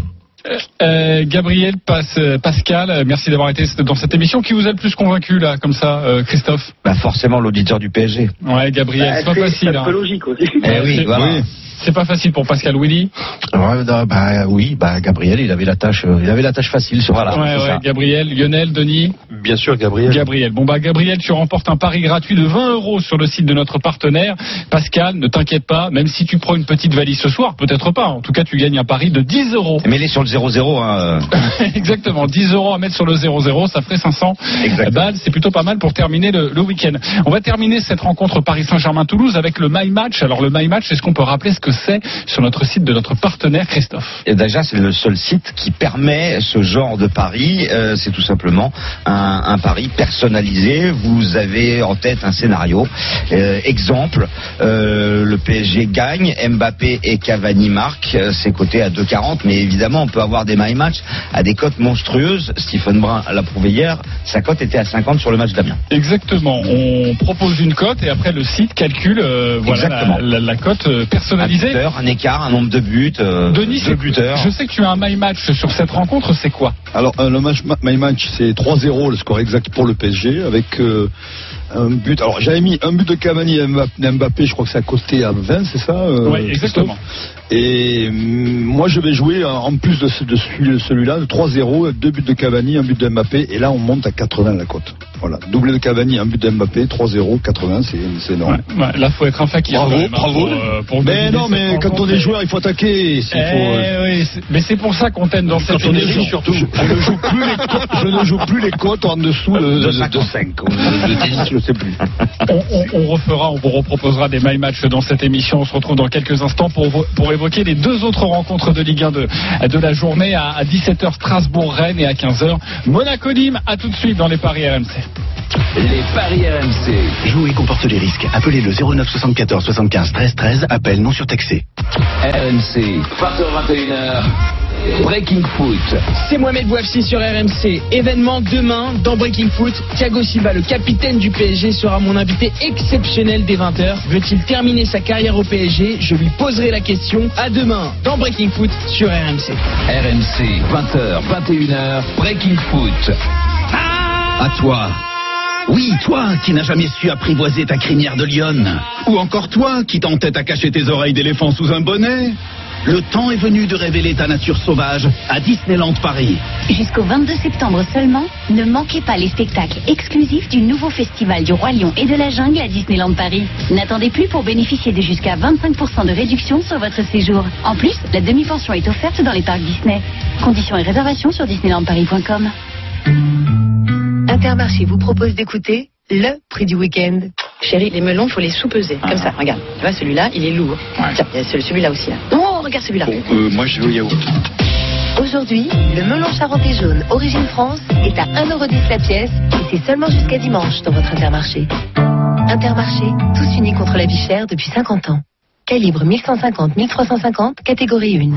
[SPEAKER 5] Euh, Gabriel, Pas, Pascal, merci d'avoir été dans cette émission. Qui vous a le plus convaincu là, comme ça, euh, Christophe?
[SPEAKER 6] Bah forcément l'auditeur du P S G.
[SPEAKER 5] Ouais, Gabriel,
[SPEAKER 12] bah,
[SPEAKER 5] c'est pas
[SPEAKER 12] c'est,
[SPEAKER 5] facile.
[SPEAKER 12] C'est un peu
[SPEAKER 5] hein.
[SPEAKER 12] logique aussi.
[SPEAKER 6] Eh oui, voilà.
[SPEAKER 10] Oui.
[SPEAKER 5] C'est pas facile pour Pascal. Willy.
[SPEAKER 10] Ouais, bah oui, bah Gabriel, il avait la tâche, il avait la tâche facile sur
[SPEAKER 6] voilà.
[SPEAKER 5] Ouais, ouais.
[SPEAKER 6] Ça.
[SPEAKER 5] Gabriel, Lionel, Denis.
[SPEAKER 7] Bien sûr, Gabriel.
[SPEAKER 5] Gabriel. Bon bah Gabriel, tu remportes un pari gratuit de vingt euros sur le site de notre partenaire. Pascal, ne t'inquiète pas, même si tu prends une petite valise ce soir, peut-être pas. En tout cas, tu gagnes un pari de dix euros.
[SPEAKER 6] Mais il est sur le zéro zéro. Hein.
[SPEAKER 5] Exactement, dix euros à mettre sur le zéro zéro, ça ferait cinq cents balles. C'est plutôt pas mal pour terminer le, le week-end. On va terminer cette rencontre Paris Saint-Germain-Toulouse avec le My Match. Alors le My Match, est-ce qu'on peut rappeler ce que c'est sur notre site de notre partenaire, Christophe?
[SPEAKER 6] Et déjà, c'est le seul site qui permet ce genre de pari. Euh, c'est tout simplement un, un pari personnalisé. Vous avez en tête un scénario. Euh, exemple, euh, le P S G gagne, Mbappé et Cavani marquent. C'est coté à deux quarante, mais évidemment, on peut avoir des My Match à des cotes monstrueuses. Stephen Brun l'a prouvé hier. Sa cote était à cinquante sur le match d'Amiens.
[SPEAKER 5] Exactement. On propose une cote et après le site calcule euh, voilà, la, la, la cote personnalisée.
[SPEAKER 6] Un buteur, un écart, un nombre de buts, euh,
[SPEAKER 5] Denis,
[SPEAKER 6] deux buteurs.
[SPEAKER 5] Je sais que tu as un My Match sur cette rencontre, c'est quoi?
[SPEAKER 7] Alors, euh, le match, My Match, c'est trois zéro, le score exact pour le P S G, avec euh, un but. Alors, j'avais mis un but de Cavani et Mbappé, je crois que c'est à côté à vingt, c'est ça euh,
[SPEAKER 5] Oui, exactement.
[SPEAKER 7] Et euh, moi, je vais jouer, en plus de, ce, de celui-là, de trois zéro, deux buts de Cavani, un but de Mbappé, et là, on monte à quatre-vingts la cote. Voilà, doublé de Cavani, un but de Mbappé, trois zéro, quatre-vingts, c'est, c'est énorme.
[SPEAKER 5] Ouais, ouais, là, faut être un fakir.
[SPEAKER 7] Bravo,
[SPEAKER 5] même,
[SPEAKER 7] bravo.
[SPEAKER 5] Pour, euh, pour
[SPEAKER 7] mais non, mais quand on est joueur, il faut attaquer.
[SPEAKER 5] Eh
[SPEAKER 7] faut, euh...
[SPEAKER 5] oui, c'est... mais c'est pour ça qu'on t'aime dans cette émission.
[SPEAKER 7] Surtout, je, je, ne joue plus les cotes, je ne joue plus les cotes en dessous de, de, de cinq. De dix, je ne sais plus.
[SPEAKER 5] On, on, on refera, on vous reproposera des My Match dans cette émission. On se retrouve dans quelques instants pour, pour évoquer les deux autres rencontres de Ligue un de, de la journée à, à dix-sept heures Strasbourg-Rennes et à quinze heures Monaco-Nîmes. À tout de suite dans les paris R M C.
[SPEAKER 3] Les paris R M C.
[SPEAKER 2] Jouer comporte les risques. Appelez le zéro neuf soixante-quatorze soixante-quinze treize treize. Appel non surtaxé.
[SPEAKER 3] R M C, vingt heures vingt et une heures. Breaking Foot.
[SPEAKER 13] C'est Mohamed Bouafsi sur R M C. Événement demain dans Breaking Foot. Thiago Silva, le capitaine du P S G, sera mon invité exceptionnel dès vingt heures. Veut-il terminer sa carrière au P S G? Je lui poserai la question. À demain dans Breaking Foot sur R M C.
[SPEAKER 3] R M C, vingt heures vingt et une heures. Breaking Foot.
[SPEAKER 2] À toi. Oui, toi qui n'as jamais su apprivoiser ta crinière de lionne. Ou encore toi qui t'entête à cacher tes oreilles d'éléphant sous un bonnet. le temps est venu de révéler ta nature sauvage à Disneyland Paris.
[SPEAKER 4] Jusqu'au vingt-deux septembre seulement, ne manquez pas les spectacles exclusifs du nouveau festival du Roi Lion et de la Jungle à Disneyland Paris. N'attendez plus pour bénéficier de jusqu'à vingt-cinq pour cent de réduction sur votre séjour. En plus, la demi-pension est offerte dans les parcs Disney. Conditions et réservations sur disneyland paris point com.
[SPEAKER 14] Intermarché vous propose d'écouter le prix du week-end. Chérie, les melons, faut les sous-peser. Comme ça, regarde. Tu vois, celui-là, il est lourd. Ouais. Tiens, il y a celui-là aussi. Là. Non, regarde celui-là.
[SPEAKER 6] Bon, euh, moi, je veux le yaourt.
[SPEAKER 14] Aujourd'hui, le melon charentais jaune Origine France est à un euro dix la pièce et c'est seulement jusqu'à dimanche dans votre Intermarché. Intermarché, tous unis contre la vie chère depuis cinquante ans. Calibre mille cent cinquante mille trois cent cinquante, catégorie un.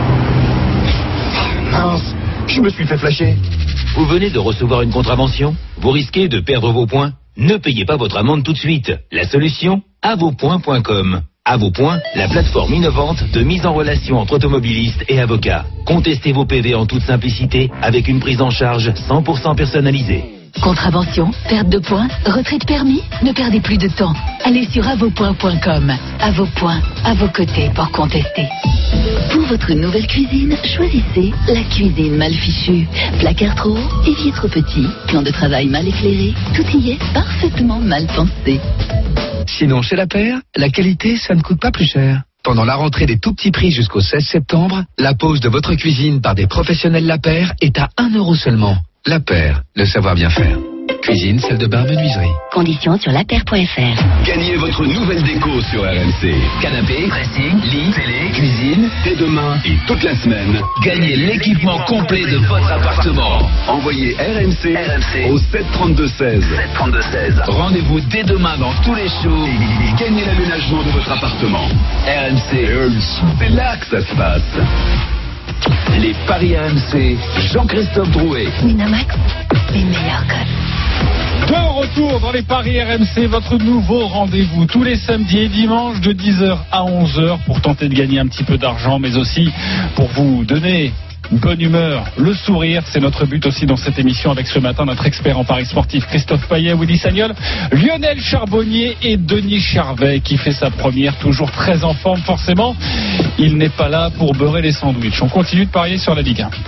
[SPEAKER 2] Mince, je me suis fait flasher.
[SPEAKER 15] Vous venez de recevoir une contravention? Vous risquez de perdre vos points? Ne payez pas votre amende tout de suite. La solution? à vos points point com. À vos points, la plateforme innovante de mise en relation entre automobilistes et avocats. Contestez vos P V en toute simplicité avec une prise en charge cent pour cent personnalisée.
[SPEAKER 4] Contravention, perte de points, retrait de permis, ne perdez plus de temps. Allez sur à vos points point com. À vos points, à vos côtés pour contester. Pour votre nouvelle cuisine, choisissez la cuisine mal fichue. Placard trop haut et vitre petit. Plan de travail mal éclairé. Tout y est parfaitement mal pensé.
[SPEAKER 16] Sinon, chez La Paire, la qualité, ça ne coûte pas plus cher. Pendant la rentrée des tout petits prix jusqu'au seize septembre, la pose de votre cuisine par des professionnels La Paire est à un euro seulement. La Paire, le savoir bien faire. Cuisine, salle de bain, menuiserie.
[SPEAKER 4] Conditions sur lapaire point f r.
[SPEAKER 1] Gagnez votre nouvelle déco sur R M C. Canapé, dressing, lit, télé, cuisine, dès demain et toute la semaine. Gagnez l'équipement complet de votre appartement. Envoyez R M C, R M C au sept trente-deux seize. sept trente-deux seize. Rendez-vous dès demain dans tous les shows et gagnez l'aménagement de votre appartement. R M C, c'est là que ça se passe. Les paris R M C, Jean-Christophe Drouet.
[SPEAKER 4] Winamax, les meilleurs codes.
[SPEAKER 5] De retour dans les paris R M C, votre nouveau rendez-vous tous les samedis et dimanches de dix heures à onze heures pour tenter de gagner un petit peu d'argent, mais aussi pour vous donner une bonne humeur, le sourire. C'est notre but aussi dans cette émission avec ce matin notre expert en paris sportif Christophe Payet, Willy Sagnol, Lionel Charbonnier et Denis Charvet qui fait sa première, toujours très en forme forcément. Il n'est pas là pour beurrer les sandwichs. On continue de parier sur la Ligue un.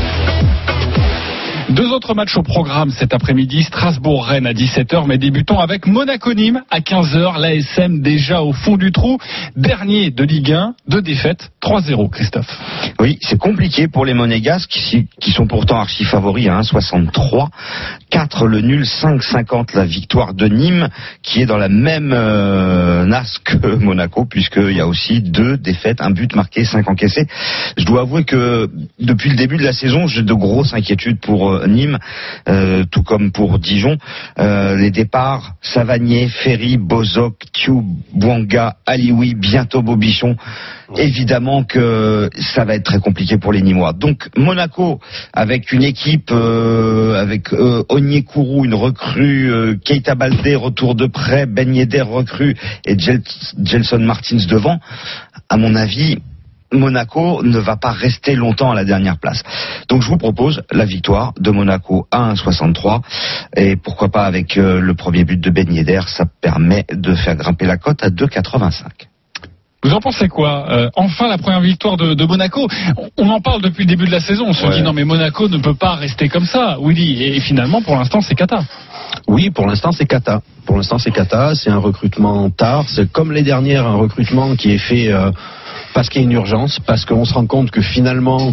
[SPEAKER 5] Deux autres matchs au programme cet après-midi, Strasbourg-Rennes à dix-sept heures, mais débutons avec Monaco-Nîmes à quinze heures, l'A S M déjà au fond du trou, dernier de Ligue un, deux défaites, trois zéro, Christophe.
[SPEAKER 6] Oui, c'est compliqué pour les Monégasques qui, qui sont pourtant archi favoris à un virgule soixante-trois, quatre le nul, cinq virgule cinquante la victoire de Nîmes qui est dans la même euh, nasse que Monaco puisqu'il y a aussi deux défaites, un but marqué, cinq encaissés. Je dois avouer que depuis le début de la saison, j'ai de grosses inquiétudes pour euh, Nîmes, euh, tout comme pour Dijon. Euh, les départs, Savanier, Ferry, Bozok, Thiou, Bouanga, Alioui, bientôt Bobichon. Évidemment que ça va être très compliqué pour les Nîmois. Donc Monaco, avec une équipe, euh, avec euh, Onyekuru, une recrue, euh, Keita Baldé, retour de prêt, Ben Yedder, recrue, et Gel- Gelson Martins devant, à mon avis, Monaco ne va pas rester longtemps à la dernière place. Donc je vous propose la victoire de Monaco à un virgule soixante-trois et pourquoi pas avec euh, le premier but de Ben Yedder, ça permet de faire grimper la cote à deux virgule quatre-vingt-cinq.
[SPEAKER 5] Vous en pensez quoi euh, Enfin la première victoire de, de Monaco. On en parle depuis le début de la saison. On se ouais. dit non mais Monaco ne peut pas rester comme ça, Willy. Et finalement pour l'instant c'est cata.
[SPEAKER 10] Oui, pour l'instant c'est cata. Pour l'instant c'est cata. C'est un recrutement tard. C'est comme les dernières un recrutement qui est fait euh, parce qu'il y a une urgence, parce qu'on se rend compte que finalement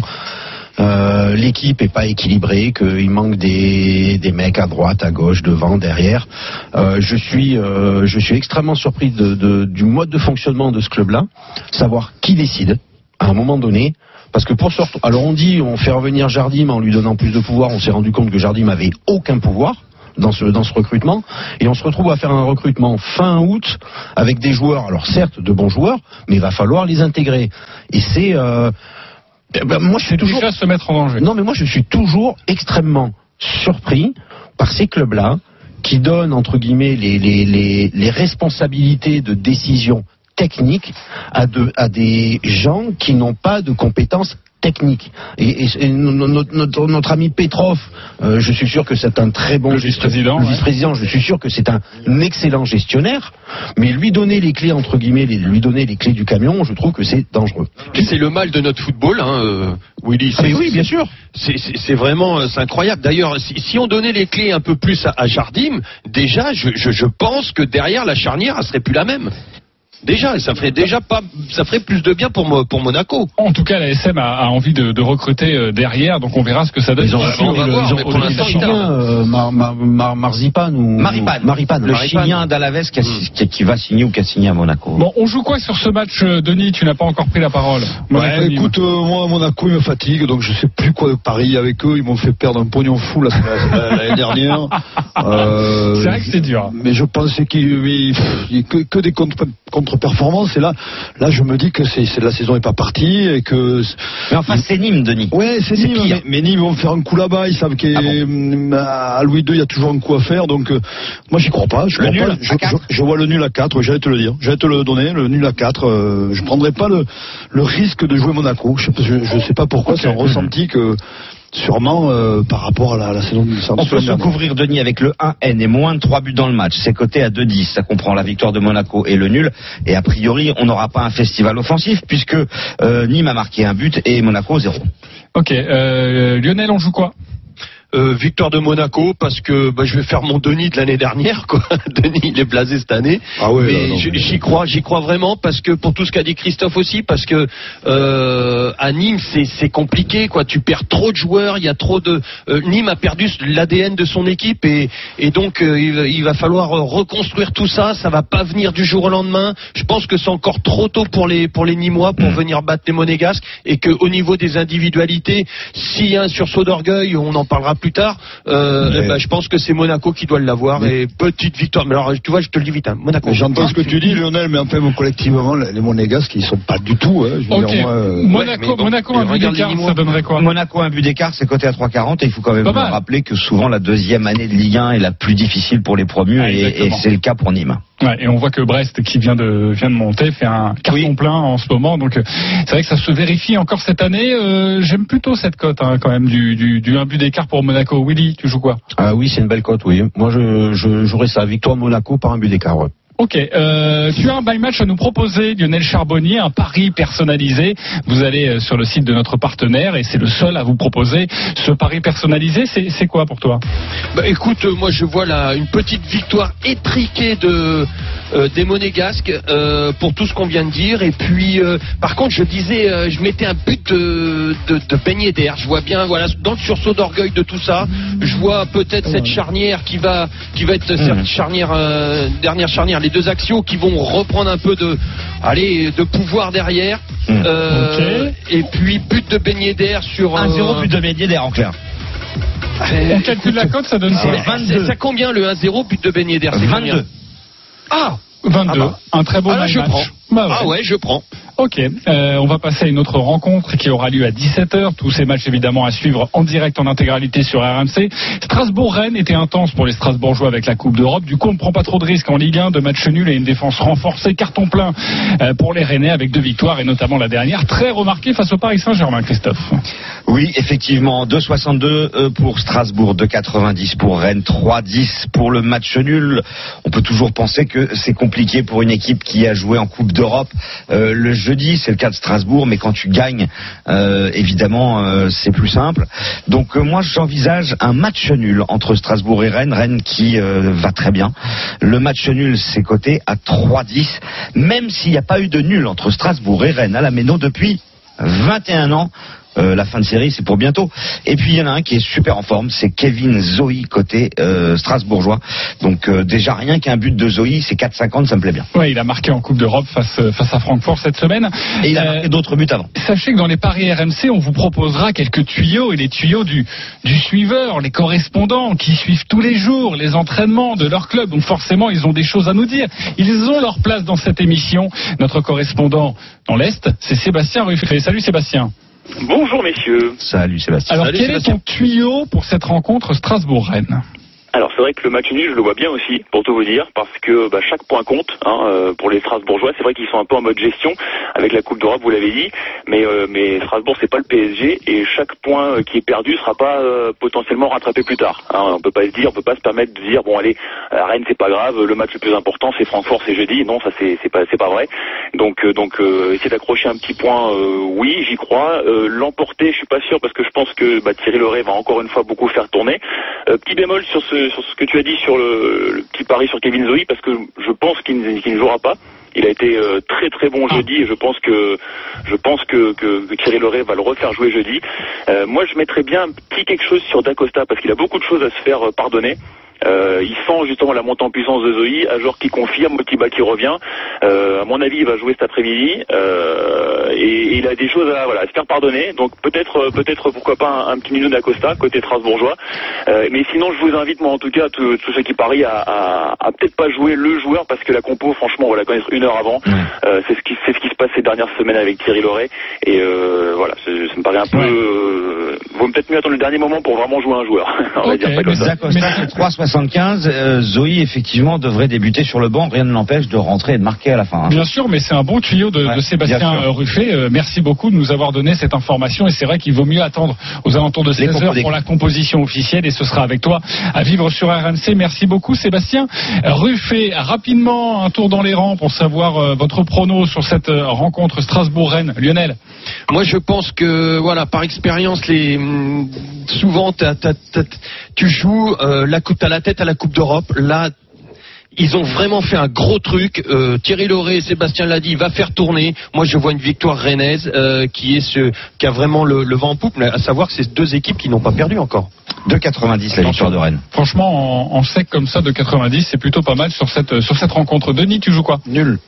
[SPEAKER 10] euh, l'équipe est pas équilibrée, qu'il manque des, des mecs à droite, à gauche, devant, derrière. Euh, je suis euh, je suis extrêmement surpris de, de, du mode de fonctionnement de ce club-là, savoir qui décide à un moment donné. Parce que pour sortir, alors on dit on fait revenir Jardim en lui donnant plus de pouvoir. On s'est rendu compte que Jardim avait aucun pouvoir dans ce dans ce recrutement, et on se retrouve à faire un recrutement fin août avec des joueurs, alors certes de bons joueurs, mais il va falloir les intégrer. Et c'est euh, ben, moi je suis toujours
[SPEAKER 5] déjà se mettre en danger.
[SPEAKER 10] Non mais moi je suis toujours extrêmement surpris par ces clubs-là qui donnent entre guillemets les les les, les responsabilités de décision technique à de à des gens qui n'ont pas de compétences technique. Et, et, et notre, notre, notre ami Petrov, euh, je suis sûr que c'est un très bon
[SPEAKER 5] le vice-président.
[SPEAKER 10] Le
[SPEAKER 5] ouais.
[SPEAKER 10] vice-président, je suis sûr que c'est un excellent gestionnaire, mais lui donner les clés, entre guillemets, les, lui donner les clés du camion, je trouve que c'est dangereux.
[SPEAKER 8] Et c'est le mal de notre football, hein, euh, Willy.
[SPEAKER 10] Ah, oui, bien sûr.
[SPEAKER 8] C'est, c'est, c'est vraiment c'est incroyable. D'ailleurs, si, si on donnait les clés un peu plus à, à Jardim, déjà, je, je, je pense que derrière la charnière, elle serait plus la même. Déjà, ça ferait déjà pas, ça ferait plus de bien pour pour Monaco.
[SPEAKER 5] En tout cas, la S M a, a envie de, de recruter euh, derrière, donc on verra ce que ça donne.
[SPEAKER 10] Ils ont,
[SPEAKER 5] euh,
[SPEAKER 10] on va
[SPEAKER 5] le,
[SPEAKER 10] voir,
[SPEAKER 5] ils ont,
[SPEAKER 10] mais pour l'instant, le Chilien, euh, Mar, Mar, Mar, Marzipan ou
[SPEAKER 6] Maripan,
[SPEAKER 10] Maripan,
[SPEAKER 6] le
[SPEAKER 10] Maripan.
[SPEAKER 6] Chilien d'Alaves qui, a, qui, qui va signer ou qui a signé à Monaco.
[SPEAKER 5] Bon, on joue quoi sur ce match, Denis? Tu n'as pas encore pris la parole.
[SPEAKER 7] Ouais, écoute, euh, moi, Monaco, il me fatigue, donc je sais plus quoi de Paris avec eux. Ils m'ont fait perdre un pognon fou la, la, l'année dernière.
[SPEAKER 5] Euh, c'est vrai que c'est dur.
[SPEAKER 7] Mais je pensais qu'il y a que, que des contre, contre-performances. Et là, là, je me dis que c'est, c'est la saison n'est pas partie et que.
[SPEAKER 6] Mais enfin, c'est Nîmes, Denis.
[SPEAKER 7] Ouais, c'est, c'est Nîmes. Mais, mais Nîmes vont faire un coup là-bas. Ils savent qu'à ah bon. à Louis deux, il y a toujours un coup à faire. Donc, euh, moi, j'y crois pas. Je,
[SPEAKER 6] le
[SPEAKER 7] crois
[SPEAKER 6] nul
[SPEAKER 7] pas. Je, je, je vois le nul à quatre. J'allais te le dire. J'allais te le donner. Le nul à quatre. Euh, je prendrais pas le, le risque de jouer Monaco. Je, je, je sais pas pourquoi. Okay. C'est un ressenti que. Sûrement euh, par rapport à la, la saison du
[SPEAKER 6] On peut se couvrir, Denis, avec le un N et moins de trois buts dans le match. C'est coté à deux dix. Ça comprend la victoire de Monaco et le nul. Et a priori, on n'aura pas un festival offensif puisque euh, Nîmes a marqué un but et Monaco zéro.
[SPEAKER 5] Ok. Euh, Lionel, on joue quoi?
[SPEAKER 8] Euh, victoire de Monaco parce que bah, je vais faire mon Denis de l'année dernière quoi. Denis il est blasé cette année.
[SPEAKER 7] Ah ouais,
[SPEAKER 8] mais
[SPEAKER 7] là, non,
[SPEAKER 8] j'y,
[SPEAKER 7] mais...
[SPEAKER 8] j'y crois, j'y crois vraiment parce que pour tout ce qu'a dit Christophe aussi parce que euh, à Nîmes c'est, c'est compliqué quoi. Tu perds trop de joueurs, il y a trop de euh, Nîmes a perdu l'A D N de son équipe et et donc euh, il, il va falloir reconstruire tout ça. Ça va pas venir du jour au lendemain. Je pense que c'est encore trop tôt pour les pour les Nîmois pour mmh. venir battre les Monégasques et que au niveau des individualités, s'il y a un sursaut d'orgueil, on en parlera plus tard. Euh, mais... bah, je pense que c'est Monaco qui doit l'avoir mais... et petite victoire. Mais alors, tu vois, je te le dis vite, hein, Monaco.
[SPEAKER 7] J'entends ce que tu dis, Lionel, mais enfin, collectivement, les Monégasques, ils sont pas du tout. Hein, je veux
[SPEAKER 5] okay.
[SPEAKER 7] dire, moi, euh...
[SPEAKER 5] Monaco,
[SPEAKER 8] ouais, bon,
[SPEAKER 5] Monaco un but d'écart, ça donnerait quoi?
[SPEAKER 6] Monaco un but d'écart, c'est coté à trois quarante et il faut quand même rappeler que souvent la deuxième année de Ligue un est la plus difficile pour les promus ah, et, et c'est le cas pour Nîmes.
[SPEAKER 5] Ouais, et on voit que Brest, qui vient de vient de monter, fait un carton oui. plein en ce moment. Donc c'est vrai que ça se vérifie encore cette année. Euh, j'aime plutôt cette cote hein, quand même du, du, du un but d'écart pour Monaco. Willy, tu joues quoi?
[SPEAKER 10] Ah oui, c'est une belle cote, oui. Moi, je, je jouerais ça. Victoire de Monaco par un but d'écart. Ouais.
[SPEAKER 5] Ok, euh, tu as un buy match à nous proposer, Lionel Charbonnier, un pari personnalisé. Vous allez sur le site de notre partenaire et c'est le seul à vous proposer ce pari personnalisé. C'est, c'est quoi pour toi?
[SPEAKER 8] Bah écoute, moi je vois là une petite victoire étriquée de euh, des Monégasques euh, pour tout ce qu'on vient de dire. Et puis, euh, par contre, je disais, euh, je mettais un but de, de, de Ben Yedder. Je vois bien, voilà, dans le sursaut d'orgueil de tout ça, je vois peut-être cette charnière qui va qui va être cette charnière euh, dernière charnière. Les deux axiaux qui vont reprendre un peu de, allez, de pouvoir derrière. Mmh. Euh, okay. Et puis but de Ben Yedder sur
[SPEAKER 6] un zéro euh... but de Ben Yedder en clair.
[SPEAKER 5] Euh... On calcule la cote, ça donne
[SPEAKER 8] c'est, vingt-deux. C'est combien le un zéro but de Ben Yedder? C'est
[SPEAKER 6] vingt-deux.
[SPEAKER 8] Combien? Ah
[SPEAKER 5] vingt-deux, ah bah. Un très beau
[SPEAKER 8] ah là, je
[SPEAKER 5] match.
[SPEAKER 8] Prends.
[SPEAKER 5] Bah ouais.
[SPEAKER 8] Ah ouais, je prends.
[SPEAKER 5] Ok, euh, on va passer à une autre rencontre qui aura lieu à dix-sept heures. Tous ces matchs évidemment à suivre en direct en intégralité sur R M C. Strasbourg-Rennes était intense pour les Strasbourgeois avec la Coupe d'Europe. Du coup, on ne prend pas trop de risques en Ligue un, de matchs nuls et une défense renforcée. Carton plein euh, pour les Rennais avec deux victoires et notamment la dernière très remarquée face au Paris Saint-Germain, Christophe.
[SPEAKER 6] Oui, effectivement, deux soixante-deux pour Strasbourg, deux quatre-vingt-dix pour Rennes, trois dix pour le match nul. On peut toujours penser que c'est compliqué pour une équipe qui a joué en Coupe d'Europe euh, le jeudi, c'est le cas de Strasbourg, mais quand tu gagnes, euh, évidemment, euh, c'est plus simple. Donc euh, moi, j'envisage un match nul entre Strasbourg et Rennes, Rennes qui euh, va très bien. Le match nul, c'est coté à trois dix, même s'il n'y a pas eu de nul entre Strasbourg et Rennes à la Méno depuis vingt et un ans. Euh, la fin de série, c'est pour bientôt. Et puis il y en a un qui est super en forme, c'est Kevin Zoe côté euh, strasbourgeois. Donc euh, déjà rien qu'un but de Zoe, c'est quatre cinquante, ça me plaît bien.
[SPEAKER 5] Ouais, il a marqué en Coupe d'Europe face face à Francfort cette semaine.
[SPEAKER 6] Et il a euh, marqué d'autres buts avant.
[SPEAKER 5] Sachez que dans les paris R M C, on vous proposera quelques tuyaux et les tuyaux du du suiveur, les correspondants qui suivent tous les jours les entraînements de leur club. Donc forcément, ils ont des choses à nous dire. Ils ont leur place dans cette émission. Notre correspondant dans l'Est, c'est Sébastien Ruffet. Salut Sébastien.
[SPEAKER 17] Bonjour messieurs.
[SPEAKER 6] Salut Sébastien.
[SPEAKER 5] Alors
[SPEAKER 17] Salut,
[SPEAKER 5] quel
[SPEAKER 17] Sébastien.
[SPEAKER 5] est ton tuyau pour cette rencontre Strasbourg-Rennes?
[SPEAKER 11] Alors c'est vrai que le match nul, je le vois bien aussi, pour tout vous dire, parce que bah, chaque point compte hein, euh, pour les Strasbourgeois. C'est vrai qu'ils sont un peu en mode gestion avec la Coupe d'Europe, vous l'avez dit, mais euh, mais Strasbourg c'est pas le P S G et chaque point euh, qui est perdu sera pas euh, potentiellement rattrapé plus tard. Hein, on peut pas se dire, on peut pas se permettre de dire bon allez, à Rennes c'est pas grave, le match le plus important c'est Francfort, c'est jeudi. Non, ça c'est c'est pas c'est pas vrai. Donc euh, donc euh, essayer d'accrocher un petit point, euh, oui j'y crois. Euh, l'emporter, je suis pas sûr parce que je pense que bah, Thierry Loret va encore une fois beaucoup faire tourner. Euh, petit bémol sur ce sur ce que tu as dit sur le, le petit pari sur Kevin Zoe, parce que je pense qu'il ne, qu'il ne jouera pas. Il a été euh, très très bon jeudi et je pense que je pense que, que, que Thierry Loret va le refaire jouer jeudi. Euh, moi je mettrais bien un petit quelque chose sur Dacosta parce qu'il a beaucoup de choses à se faire euh, pardonner. Euh, il sent justement la montée en puissance de Zoé, Ajor qui confirme, Motiba qui revient. Euh, à mon avis, il va jouer cet après-midi euh, et, et il a des choses à, voilà, à se faire pardonner. Donc peut-être, peut-être pourquoi pas un, un petit minute d'Acosta côté strasbourgeois. Euh, mais sinon, je vous invite moi en tout cas tous ceux qui parient à, à, à peut-être pas jouer le joueur parce que la compo, franchement, on va la connaître une heure avant. Ouais. Euh, c'est ce qui, c'est ce qui se passe ces dernières semaines avec Thierry Loret et euh, voilà, ça me paraît un peu. Ouais. Euh, vaut peut-être mieux attendre le dernier moment pour vraiment jouer un joueur. On va
[SPEAKER 6] okay,
[SPEAKER 11] dire ça comme ça.
[SPEAKER 6] Dacosta, c'est trois soixante-quinze. Euh, Zoé effectivement devrait débuter sur le banc. Rien ne l'empêche de rentrer et de marquer à la fin. Hein.
[SPEAKER 5] Bien sûr, mais c'est un bon tuyau de, ouais, de Sébastien Ruffet. Euh, merci beaucoup de nous avoir donné cette information. Et c'est vrai qu'il vaut mieux attendre aux alentours de seize heures pour la composition officielle. Et ce sera avec toi à vivre sur R M C. Merci beaucoup Sébastien Ruffet. Rapidement, un tour dans les rangs pour savoir euh, votre prono sur cette euh, rencontre Strasbourg-Rennes. Lionel.
[SPEAKER 8] Moi, je pense que, voilà, par expérience, les souvent, t'as, t'as, t'as, tu joues euh, la coupe à la tête à la Coupe d'Europe. Là, ils ont vraiment fait un gros truc. Euh, Thierry Loret, Sébastien l'a dit, il va faire tourner. Moi, je vois une victoire rennaise euh, qui est ce, qui a vraiment le, le vent en poupe. À savoir que c'est deux équipes qui n'ont pas perdu encore.
[SPEAKER 6] deux quatre-vingt-dix la victoire de Rennes.
[SPEAKER 5] Franchement, en, en sec comme ça, deux quatre-vingt-dix, c'est plutôt pas mal sur cette sur cette rencontre. Denis, tu joues quoi?
[SPEAKER 6] Nul.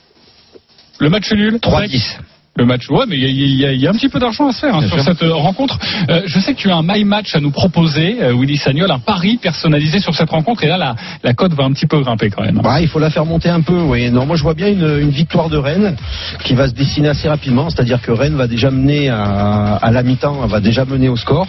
[SPEAKER 5] Le match est nul.
[SPEAKER 6] trois dix.
[SPEAKER 5] Le match, ouais, mais il y, y, y a un petit peu d'argent à se faire hein, sur sûr. cette euh, rencontre. Euh, je sais que tu as un my match à nous proposer, euh, Willy Sagnol, un pari personnalisé sur cette rencontre. Et là, la, la cote va un petit peu grimper quand même.
[SPEAKER 10] Bah, il faut la faire monter un peu. Oui. Non, moi, je vois bien une, une victoire de Rennes qui va se dessiner assez rapidement. C'est-à-dire que Rennes va déjà mener à, à la mi-temps, va déjà mener au score.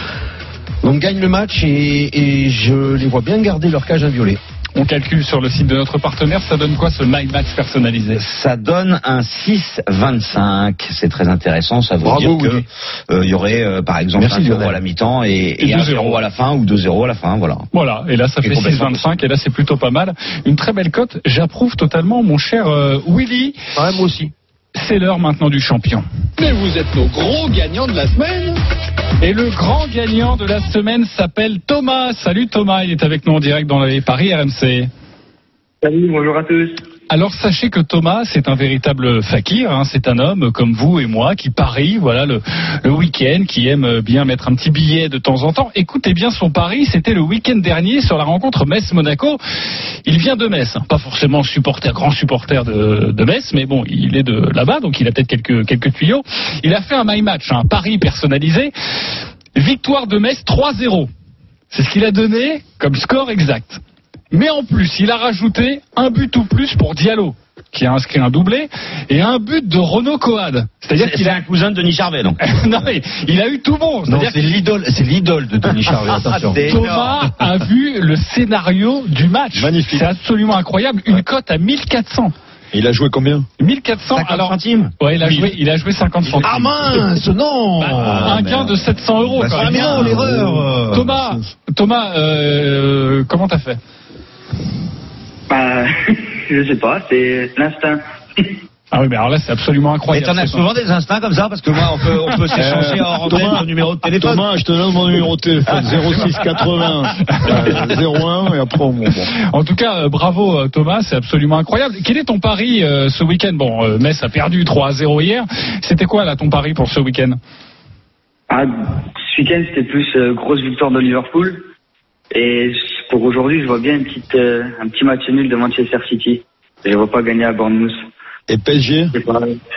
[SPEAKER 10] Donc gagne le match et, et je les vois bien garder leur cage inviolée.
[SPEAKER 5] On calcule sur le site de notre partenaire, ça donne quoi ce My Match personnalisé?
[SPEAKER 6] Ça donne un six vingt-cinq. C'est très intéressant, ça veut
[SPEAKER 10] Bravo,
[SPEAKER 6] dire qu'il euh, y aurait euh, par exemple un zéro à la mi-temps et, et, et un zéro à la fin ou deux zéro à la fin, voilà.
[SPEAKER 5] Voilà, et là ça et fait six vingt-cinq et là c'est plutôt pas mal. Une très belle cote, j'approuve totalement mon cher euh, Willy.
[SPEAKER 8] Ouais, moi aussi.
[SPEAKER 5] C'est l'heure maintenant du champion.
[SPEAKER 17] Mais vous êtes nos gros gagnants de la semaine.
[SPEAKER 5] Et le grand gagnant de la semaine s'appelle Thomas. Salut Thomas, il est avec nous en direct dans les paris R M C.
[SPEAKER 12] Salut, bonjour à tous.
[SPEAKER 5] Alors sachez que Thomas, c'est un véritable fakir, hein, c'est un homme comme vous et moi qui parie, voilà, le, le week-end, qui aime bien mettre un petit billet de temps en temps. Écoutez bien son pari, c'était le week-end dernier sur la rencontre Metz-Monaco. Il vient de Metz, hein, pas forcément supporter, grand supporter de, de Metz, mais bon, il est de là-bas, donc il a peut-être quelques, quelques tuyaux. Il a fait un my match, un pari personnalisé, victoire de Metz trois zéro. C'est ce qu'il a donné comme score exact. Mais en plus, il a rajouté un but ou plus pour Diallo, qui a inscrit un doublé, et un but de Renaud Coad.
[SPEAKER 6] C'est-à-dire c'est, qu'il a un cousin de Denis Charvet, non?
[SPEAKER 5] Non, mais il a eu tout bon.
[SPEAKER 10] Non, c'est l'idole, c'est l'idole de Denis Charvet. Attention.
[SPEAKER 5] Thomas a vu le scénario du match.
[SPEAKER 10] Magnifique.
[SPEAKER 5] C'est absolument incroyable. Une cote à mille quatre cents.
[SPEAKER 10] Il a joué combien?
[SPEAKER 5] mille quatre cents.
[SPEAKER 6] cinquante
[SPEAKER 5] alors,
[SPEAKER 6] centimes.
[SPEAKER 5] Ouais, il a joué, il a joué cinquante centimes.
[SPEAKER 10] Ah mince, non.
[SPEAKER 5] Bah,
[SPEAKER 10] ah,
[SPEAKER 5] un gain de sept cents euros.
[SPEAKER 10] Bah,
[SPEAKER 5] quand
[SPEAKER 10] c'est
[SPEAKER 5] même.
[SPEAKER 10] bien, l'erreur.
[SPEAKER 5] Thomas, Thomas, euh, comment t'as fait?
[SPEAKER 12] Bah, je sais pas, c'est l'instinct.
[SPEAKER 5] Ah oui, mais alors là, c'est absolument incroyable.
[SPEAKER 6] Et t'en as souvent des instincts comme ça, parce que moi, on peut, on peut s'échanger en antenne le numéro de téléphone.
[SPEAKER 10] Thomas, je te donne mon numéro de téléphone, zéro six quatre-vingts zéro un, et après, bon, bon.
[SPEAKER 5] En tout cas, euh, bravo euh, Thomas, c'est absolument incroyable. Quel est ton pari euh, ce week-end? Bon, euh, Metz a perdu trois à zéro hier. C'était quoi, là, ton pari pour ce week-end?
[SPEAKER 12] Ah, ce week-end, c'était plus euh, grosse victoire de Liverpool. Et pour aujourd'hui, je vois bien une petite, euh, un petit match nul de Manchester City. Je ne vois pas gagner à Bournemouth.
[SPEAKER 10] Et P S G?
[SPEAKER 12] P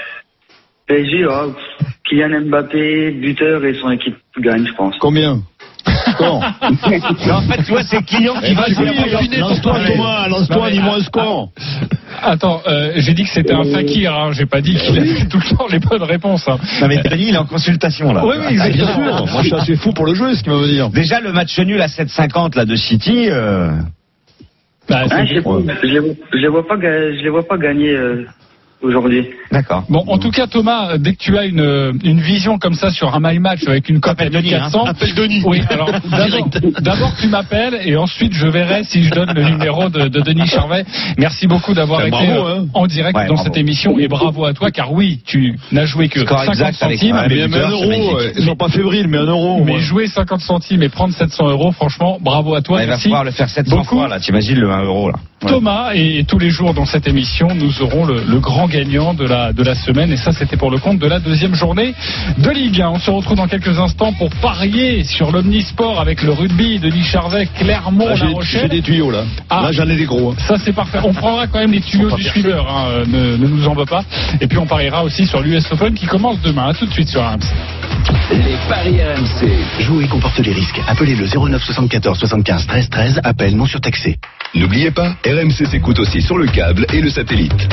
[SPEAKER 12] S G, oh, Kylian Mbappé, buteur, et son équipe gagne, je pense.
[SPEAKER 10] Combien? Score.
[SPEAKER 6] En fait, tu vois, c'est Kylian qui va jouer.
[SPEAKER 10] Lance-toi, Thomas, lance-toi, dis-moi un score.
[SPEAKER 5] Attends, euh, j'ai dit que c'était un fakir, hein. J'ai pas dit qu'il avait tout le temps les bonnes réponses. Hein.
[SPEAKER 6] Non mais Denis, il est en consultation là.
[SPEAKER 5] Oui, oui, exactement.
[SPEAKER 7] Bien sûr. Moi, je suis assez fou pour le jeu, ce qu'il va me dire.
[SPEAKER 6] Déjà, le match nul à sept cinquante là de City. Euh...
[SPEAKER 5] Bah,
[SPEAKER 12] Ah, je, sais pas, je, les vois, je les vois pas, ga- je les vois pas gagner euh, aujourd'hui.
[SPEAKER 6] D'accord.
[SPEAKER 5] Bon, en tout cas, Thomas, dès que tu as une, une vision comme ça sur un my match avec une cote à mille quatre cents,
[SPEAKER 6] hein.
[SPEAKER 7] Appelle Denis.
[SPEAKER 5] Oui, alors d'abord, d'abord tu m'appelles et ensuite je verrai si je donne le numéro de, de Denis Charvet. Merci beaucoup d'avoir
[SPEAKER 7] Ben,
[SPEAKER 5] été
[SPEAKER 7] bravo,
[SPEAKER 5] euh,
[SPEAKER 7] hein.
[SPEAKER 5] en direct
[SPEAKER 6] Ouais,
[SPEAKER 5] dans
[SPEAKER 6] bravo.
[SPEAKER 5] cette émission et bravo à toi car oui, tu n'as joué que
[SPEAKER 6] Score
[SPEAKER 5] cinquante
[SPEAKER 6] exact avec-
[SPEAKER 5] centimes.
[SPEAKER 6] ouais,
[SPEAKER 7] Mais
[SPEAKER 6] les
[SPEAKER 7] un
[SPEAKER 6] buteurs, c'est
[SPEAKER 7] euro,
[SPEAKER 6] magnifique.
[SPEAKER 7] ouais. Ils sont pas fébriles, mais un euro.
[SPEAKER 5] Mais
[SPEAKER 7] ouais.
[SPEAKER 5] jouer cinquante centimes et prendre sept cents euros, franchement, bravo à toi.
[SPEAKER 6] Ouais, il va
[SPEAKER 5] Merci.
[SPEAKER 6] pouvoir le faire sept cents
[SPEAKER 5] beaucoup.
[SPEAKER 6] fois là. T'imagines le un euro là. Ouais.
[SPEAKER 5] Thomas, et tous les jours dans cette émission, nous aurons le, le grand gagnant de la, de la semaine. Et ça, c'était pour le compte de la deuxième journée de Ligue un. On se retrouve dans quelques instants pour parier sur l'Omnisport avec le rugby. Denis Charvet, Clermont,
[SPEAKER 7] Là,
[SPEAKER 5] La
[SPEAKER 7] j'ai, j'ai
[SPEAKER 5] Rochelle.
[SPEAKER 7] des tuyaux là.
[SPEAKER 5] Ah.
[SPEAKER 7] Là, j'en ai des gros. hein.
[SPEAKER 5] Ça, c'est parfait. On prendra quand même les tuyaux du suiveur. Hein. Ne, ne nous en veux pas. Et puis, on pariera aussi sur l'U S Open qui commence demain. À tout de suite sur R M C.
[SPEAKER 15] Les paris R M C.
[SPEAKER 2] Jouer comporte les risques. Appelez le zéro neuf soixante-quatorze soixante-quinze treize treize. Appel non surtaxé.
[SPEAKER 1] N'oubliez pas, R M C s'écoute aussi sur le câble et le satellite.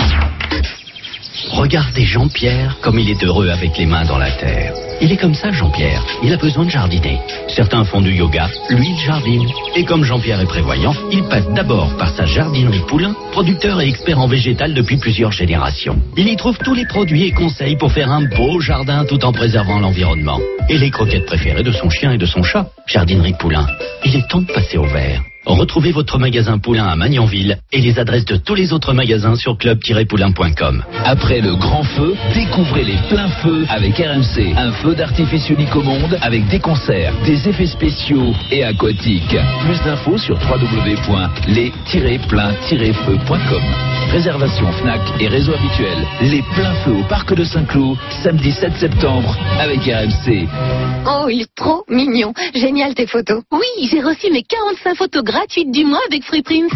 [SPEAKER 2] Regardez Jean-Pierre comme il est heureux avec les mains dans la terre. Il est comme ça, Jean-Pierre. Il a besoin de jardiner. Certains font du yoga, lui il jardine. Et comme Jean-Pierre est prévoyant, il passe d'abord par sa jardinerie Poulain, producteur et expert en végétal depuis plusieurs générations. Il y trouve tous les produits et conseils pour faire un beau jardin tout en préservant l'environnement. Et les croquettes préférées de son chien et de son chat. Jardinerie Poulain. Il est temps de passer au vert. Retrouvez votre magasin Poulain à Magnanville et les adresses de tous les autres magasins sur club tiret poulain point com.
[SPEAKER 15] Après le grand feu, découvrez les pleins feux avec R M C. Un feu d'artifice unique au monde avec des concerts, des effets spéciaux et aquatiques. Plus d'infos sur w w w point les tiret plein tiret feu point com. Réservation Fnac et réseau habituel. Les pleins feux au parc de Saint-Cloud, samedi sept septembre avec R M C.
[SPEAKER 4] Oh, il est trop mignon. Génial tes photos. Oui, j'ai reçu mes quarante-cinq photos gratuites du mois avec Free Prints.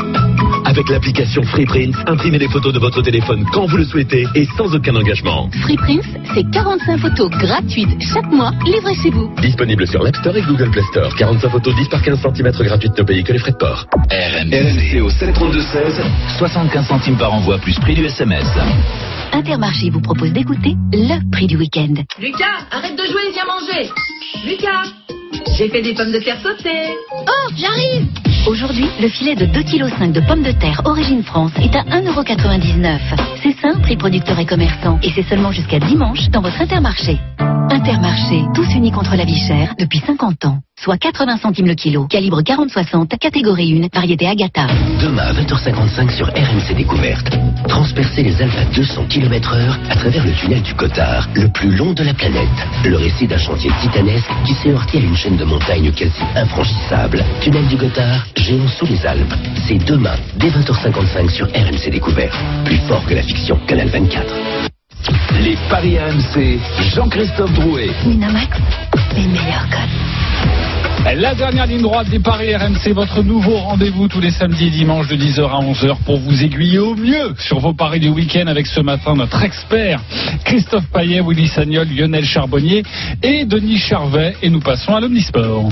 [SPEAKER 1] Avec l'application FreePrints, imprimez les photos de votre téléphone quand vous le souhaitez et sans aucun engagement.
[SPEAKER 4] Free Prints, c'est quarante-cinq photos gratuites chaque mois livrées chez vous.
[SPEAKER 1] Disponible sur l'App Store et Google Play Store. quarante-cinq photos dix par quinze centimètres gratuites, ne payez que les frais de port.
[SPEAKER 15] R M C au sept trente-deux seize, soixante-quinze centimes par envoi plus prix du S M S.
[SPEAKER 4] Intermarché vous propose d'écouter le prix du week-end.
[SPEAKER 18] Lucas, arrête de jouer et viens manger. Lucas, j'ai fait des pommes de terre sautées.
[SPEAKER 4] Oh, j'arrive. Aujourd'hui, le filet de deux virgule cinq kilos de pommes de terre Origine France est à un euro quatre-vingt-dix-neuf. C'est simple, prix producteurs et commerçants. Et c'est seulement jusqu'à dimanche dans votre Intermarché. Intermarché, tous unis contre la vie chère depuis cinquante ans. Soit quatre-vingts centimes le kilo. Calibre quarante soixante, catégorie un, variété Agatha.
[SPEAKER 2] Demain à vingt heures cinquante-cinq sur R M C Découverte. Transpercer les Alpes à deux cents kilomètres heure à travers le tunnel du Gothard, le plus long de la planète. Le récit d'un chantier titanesque qui s'est heurté à une chaîne de montagnes quasi infranchissable. Tunnel du Gothard, géant sous les Alpes. C'est demain, dès vingt heures cinquante-cinq sur R M C Découverte. Plus fort que la fiction, Canal vingt-quatre.
[SPEAKER 15] Les paris R M C, Jean-Christophe Drouet.
[SPEAKER 4] Winamax, les meilleurs codes.
[SPEAKER 5] La dernière ligne droite des paris R M C, votre nouveau rendez-vous tous les samedis et dimanches de dix heures à onze heures pour vous aiguiller au mieux sur vos paris du week-end avec ce matin notre expert Christophe Payet, Willy Sagnol, Lionel Charbonnier et Denis Charvet. Et nous passons à l'Omnisport.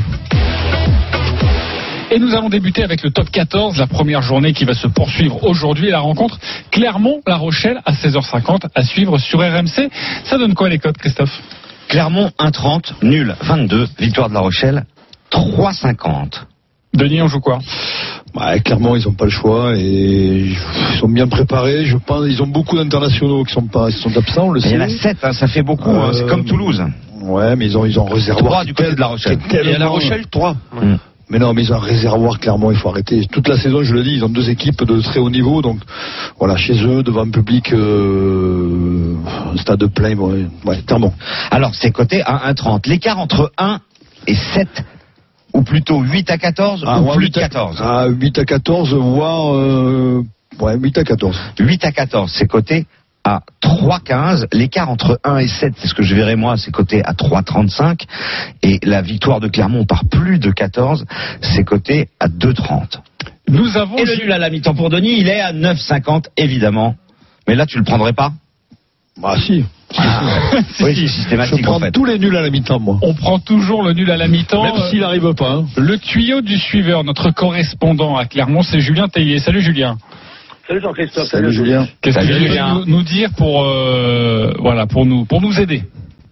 [SPEAKER 5] Et nous allons débuter avec le top quatorze, la première journée qui va se poursuivre aujourd'hui. La rencontre Clermont-La Rochelle à seize heures cinquante à suivre sur R M C. Ça donne quoi les codes, Christophe?
[SPEAKER 6] Clermont un trente, nul vingt-deux, victoire de La Rochelle trois cinquante.
[SPEAKER 5] Denis, on joue quoi?
[SPEAKER 7] Ouais, clairement, ils n'ont pas le choix et ils sont bien préparés. Je pense, ils ont beaucoup d'internationaux qui sont pas, qui sont absents. On le
[SPEAKER 6] Il y en a
[SPEAKER 7] sait.
[SPEAKER 6] sept, hein, ça fait beaucoup. Euh, hein, c'est comme Toulouse.
[SPEAKER 7] Ouais, mais ils ont, ils ont un réservoir.
[SPEAKER 6] trois du côté de La Rochelle.
[SPEAKER 8] Et à La Rochelle, trois.
[SPEAKER 6] Mmh.
[SPEAKER 7] Mais non, mais ils ont un réservoir, clairement, il faut arrêter. Toute la saison, je le dis, ils ont deux équipes de très haut niveau, donc voilà, chez eux, devant un public, euh, un stade plein, ouais, ouais, clairement.
[SPEAKER 6] Alors, c'est coté à un trente. L'écart entre un et sept, ou plutôt huit à quatorze,
[SPEAKER 7] Ah,
[SPEAKER 6] ou
[SPEAKER 7] ouais,
[SPEAKER 6] plus
[SPEAKER 7] huit
[SPEAKER 6] de
[SPEAKER 7] à-
[SPEAKER 6] quatorze.
[SPEAKER 7] Ah, huit à quatorze, voire, euh, ouais, huit à quatorze.
[SPEAKER 6] huit à quatorze, c'est coté à trois quinze. L'écart entre un et sept, c'est ce que je verrai moi, c'est coté à trois trente-cinq. Et la victoire de Clermont par plus de quatorze, c'est coté à deux trente.
[SPEAKER 5] Nous avons...
[SPEAKER 6] Et le nul à la mi-temps pour Denis, il est à neuf cinquante, évidemment. Mais là, tu le prendrais pas?
[SPEAKER 7] Bah, si.
[SPEAKER 6] Ah,
[SPEAKER 5] Si,
[SPEAKER 6] oui,
[SPEAKER 5] si.
[SPEAKER 6] c'est systématique
[SPEAKER 7] Je prends
[SPEAKER 6] en fait.
[SPEAKER 7] tous les nuls à la mi-temps, moi.
[SPEAKER 5] On prend toujours le nul à la mi-temps.
[SPEAKER 7] Même s'il n'arrive pas. Hein.
[SPEAKER 5] Le tuyau du suiveur, notre correspondant à Clermont, c'est Julien Taillier. Salut Julien.
[SPEAKER 19] Salut Jean-Christophe.
[SPEAKER 7] Salut Julien.
[SPEAKER 5] Qu'est-ce que
[SPEAKER 19] Salut,
[SPEAKER 5] tu veux
[SPEAKER 19] Julien.
[SPEAKER 5] nous, nous dire pour, euh, voilà, pour nous, pour nous aider?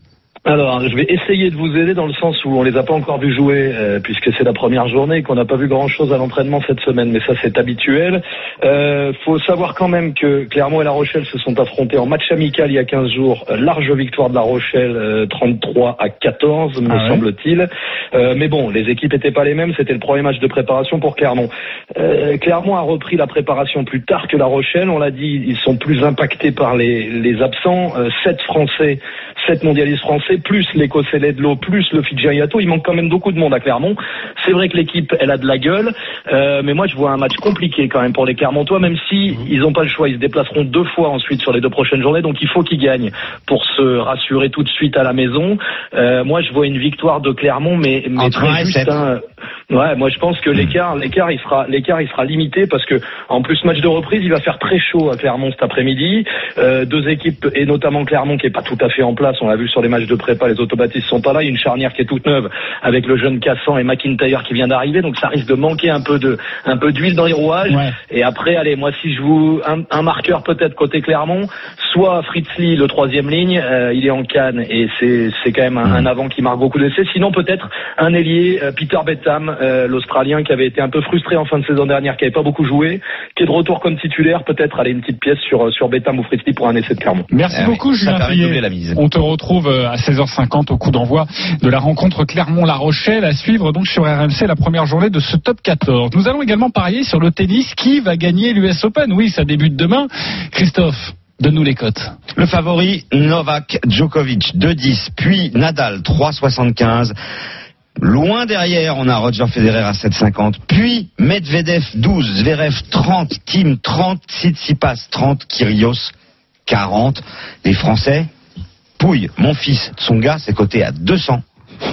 [SPEAKER 19] Alors, je vais essayer de vous aider dans le sens où on les a pas encore vus jouer, euh, puisque c'est la première journée et qu'on n'a pas vu grand-chose à l'entraînement cette semaine, mais ça c'est habituel. Euh, faut savoir quand même que Clermont et La Rochelle se sont affrontés en match amical il y a quinze jours. Large victoire de La Rochelle, euh, trente-trois à quatorze, me
[SPEAKER 5] Ah ouais.
[SPEAKER 19] semble-t-il. Euh, mais bon, les équipes étaient pas les mêmes, c'était le premier match de préparation pour Clermont. Euh, Clermont a repris la préparation plus tard que La Rochelle, on l'a dit, ils sont plus impactés par les, les absents. Euh, sept Français, sept mondialistes français, plus l'Écossais Ledlow, plus le Fidjien Yato, il manque quand même beaucoup de monde à Clermont. C'est vrai que l'équipe, elle a de la gueule, euh, mais moi je vois un match compliqué quand même pour les Clermontois, même si ils n'ont pas le choix, ils se déplaceront deux fois ensuite sur les deux prochaines journées, donc il faut qu'ils gagnent pour se rassurer tout de suite à la maison. Euh, moi je vois une victoire de Clermont, mais, mais
[SPEAKER 6] Entre un
[SPEAKER 19] très
[SPEAKER 6] et
[SPEAKER 19] juste.
[SPEAKER 6] sept.
[SPEAKER 19] Hein. Ouais, moi je pense que l'écart, l'écart, il sera, l'écart, il sera limité parce que en plus match de reprise, il va faire très chaud à Clermont cet après-midi. Euh, deux équipes et notamment Clermont qui est pas tout à fait en place. On l'a vu sur les matchs de prépa, les automatistes sont pas là. Il y a une charnière qui est toute neuve avec le jeune Cassan et McIntyre qui vient d'arriver, donc ça risque de manquer un peu de, un peu d'huile dans les rouages. Ouais. Et après, allez, moi si je vous un, un marqueur peut-être côté Clermont, soit Fritz Lee, le troisième ligne, euh, il est en Cannes et c'est c'est quand même un, un avant qui marque beaucoup d'essais. Sinon peut-être un ailier, euh, Peter Betham, euh, l'Australien qui avait été un peu frustré en fin de saison dernière, qui avait pas beaucoup joué, qui est de retour comme titulaire. Peut-être aller une petite pièce sur sur Betham ou Fritz Lee pour un essai de Clermont.
[SPEAKER 5] Merci
[SPEAKER 6] Ah
[SPEAKER 5] beaucoup
[SPEAKER 6] oui,
[SPEAKER 5] Julien
[SPEAKER 6] ça permet de
[SPEAKER 5] Trier.
[SPEAKER 6] doubler la mise.
[SPEAKER 5] On te retrouve à seize heures cinquante au coup d'envoi de la rencontre Clermont-La Rochelle à suivre donc sur R M C la première journée de ce top quatorze. Nous allons également parier sur le tennis. Qui va gagner l'U S Open? Oui, ça débute demain. Christophe, donne-nous les cotes.
[SPEAKER 6] Le favori, Novak Djokovic, deux dix, puis Nadal, trois soixante-quinze. Loin derrière, on a Roger Federer à sept cinquante, puis Medvedev douze, Zverev trente, Thiem trente, Tsitsipas trente, Kyrgios quarante. Les Français, Pouille, Monfils, Tsonga, c'est coté à deux cents.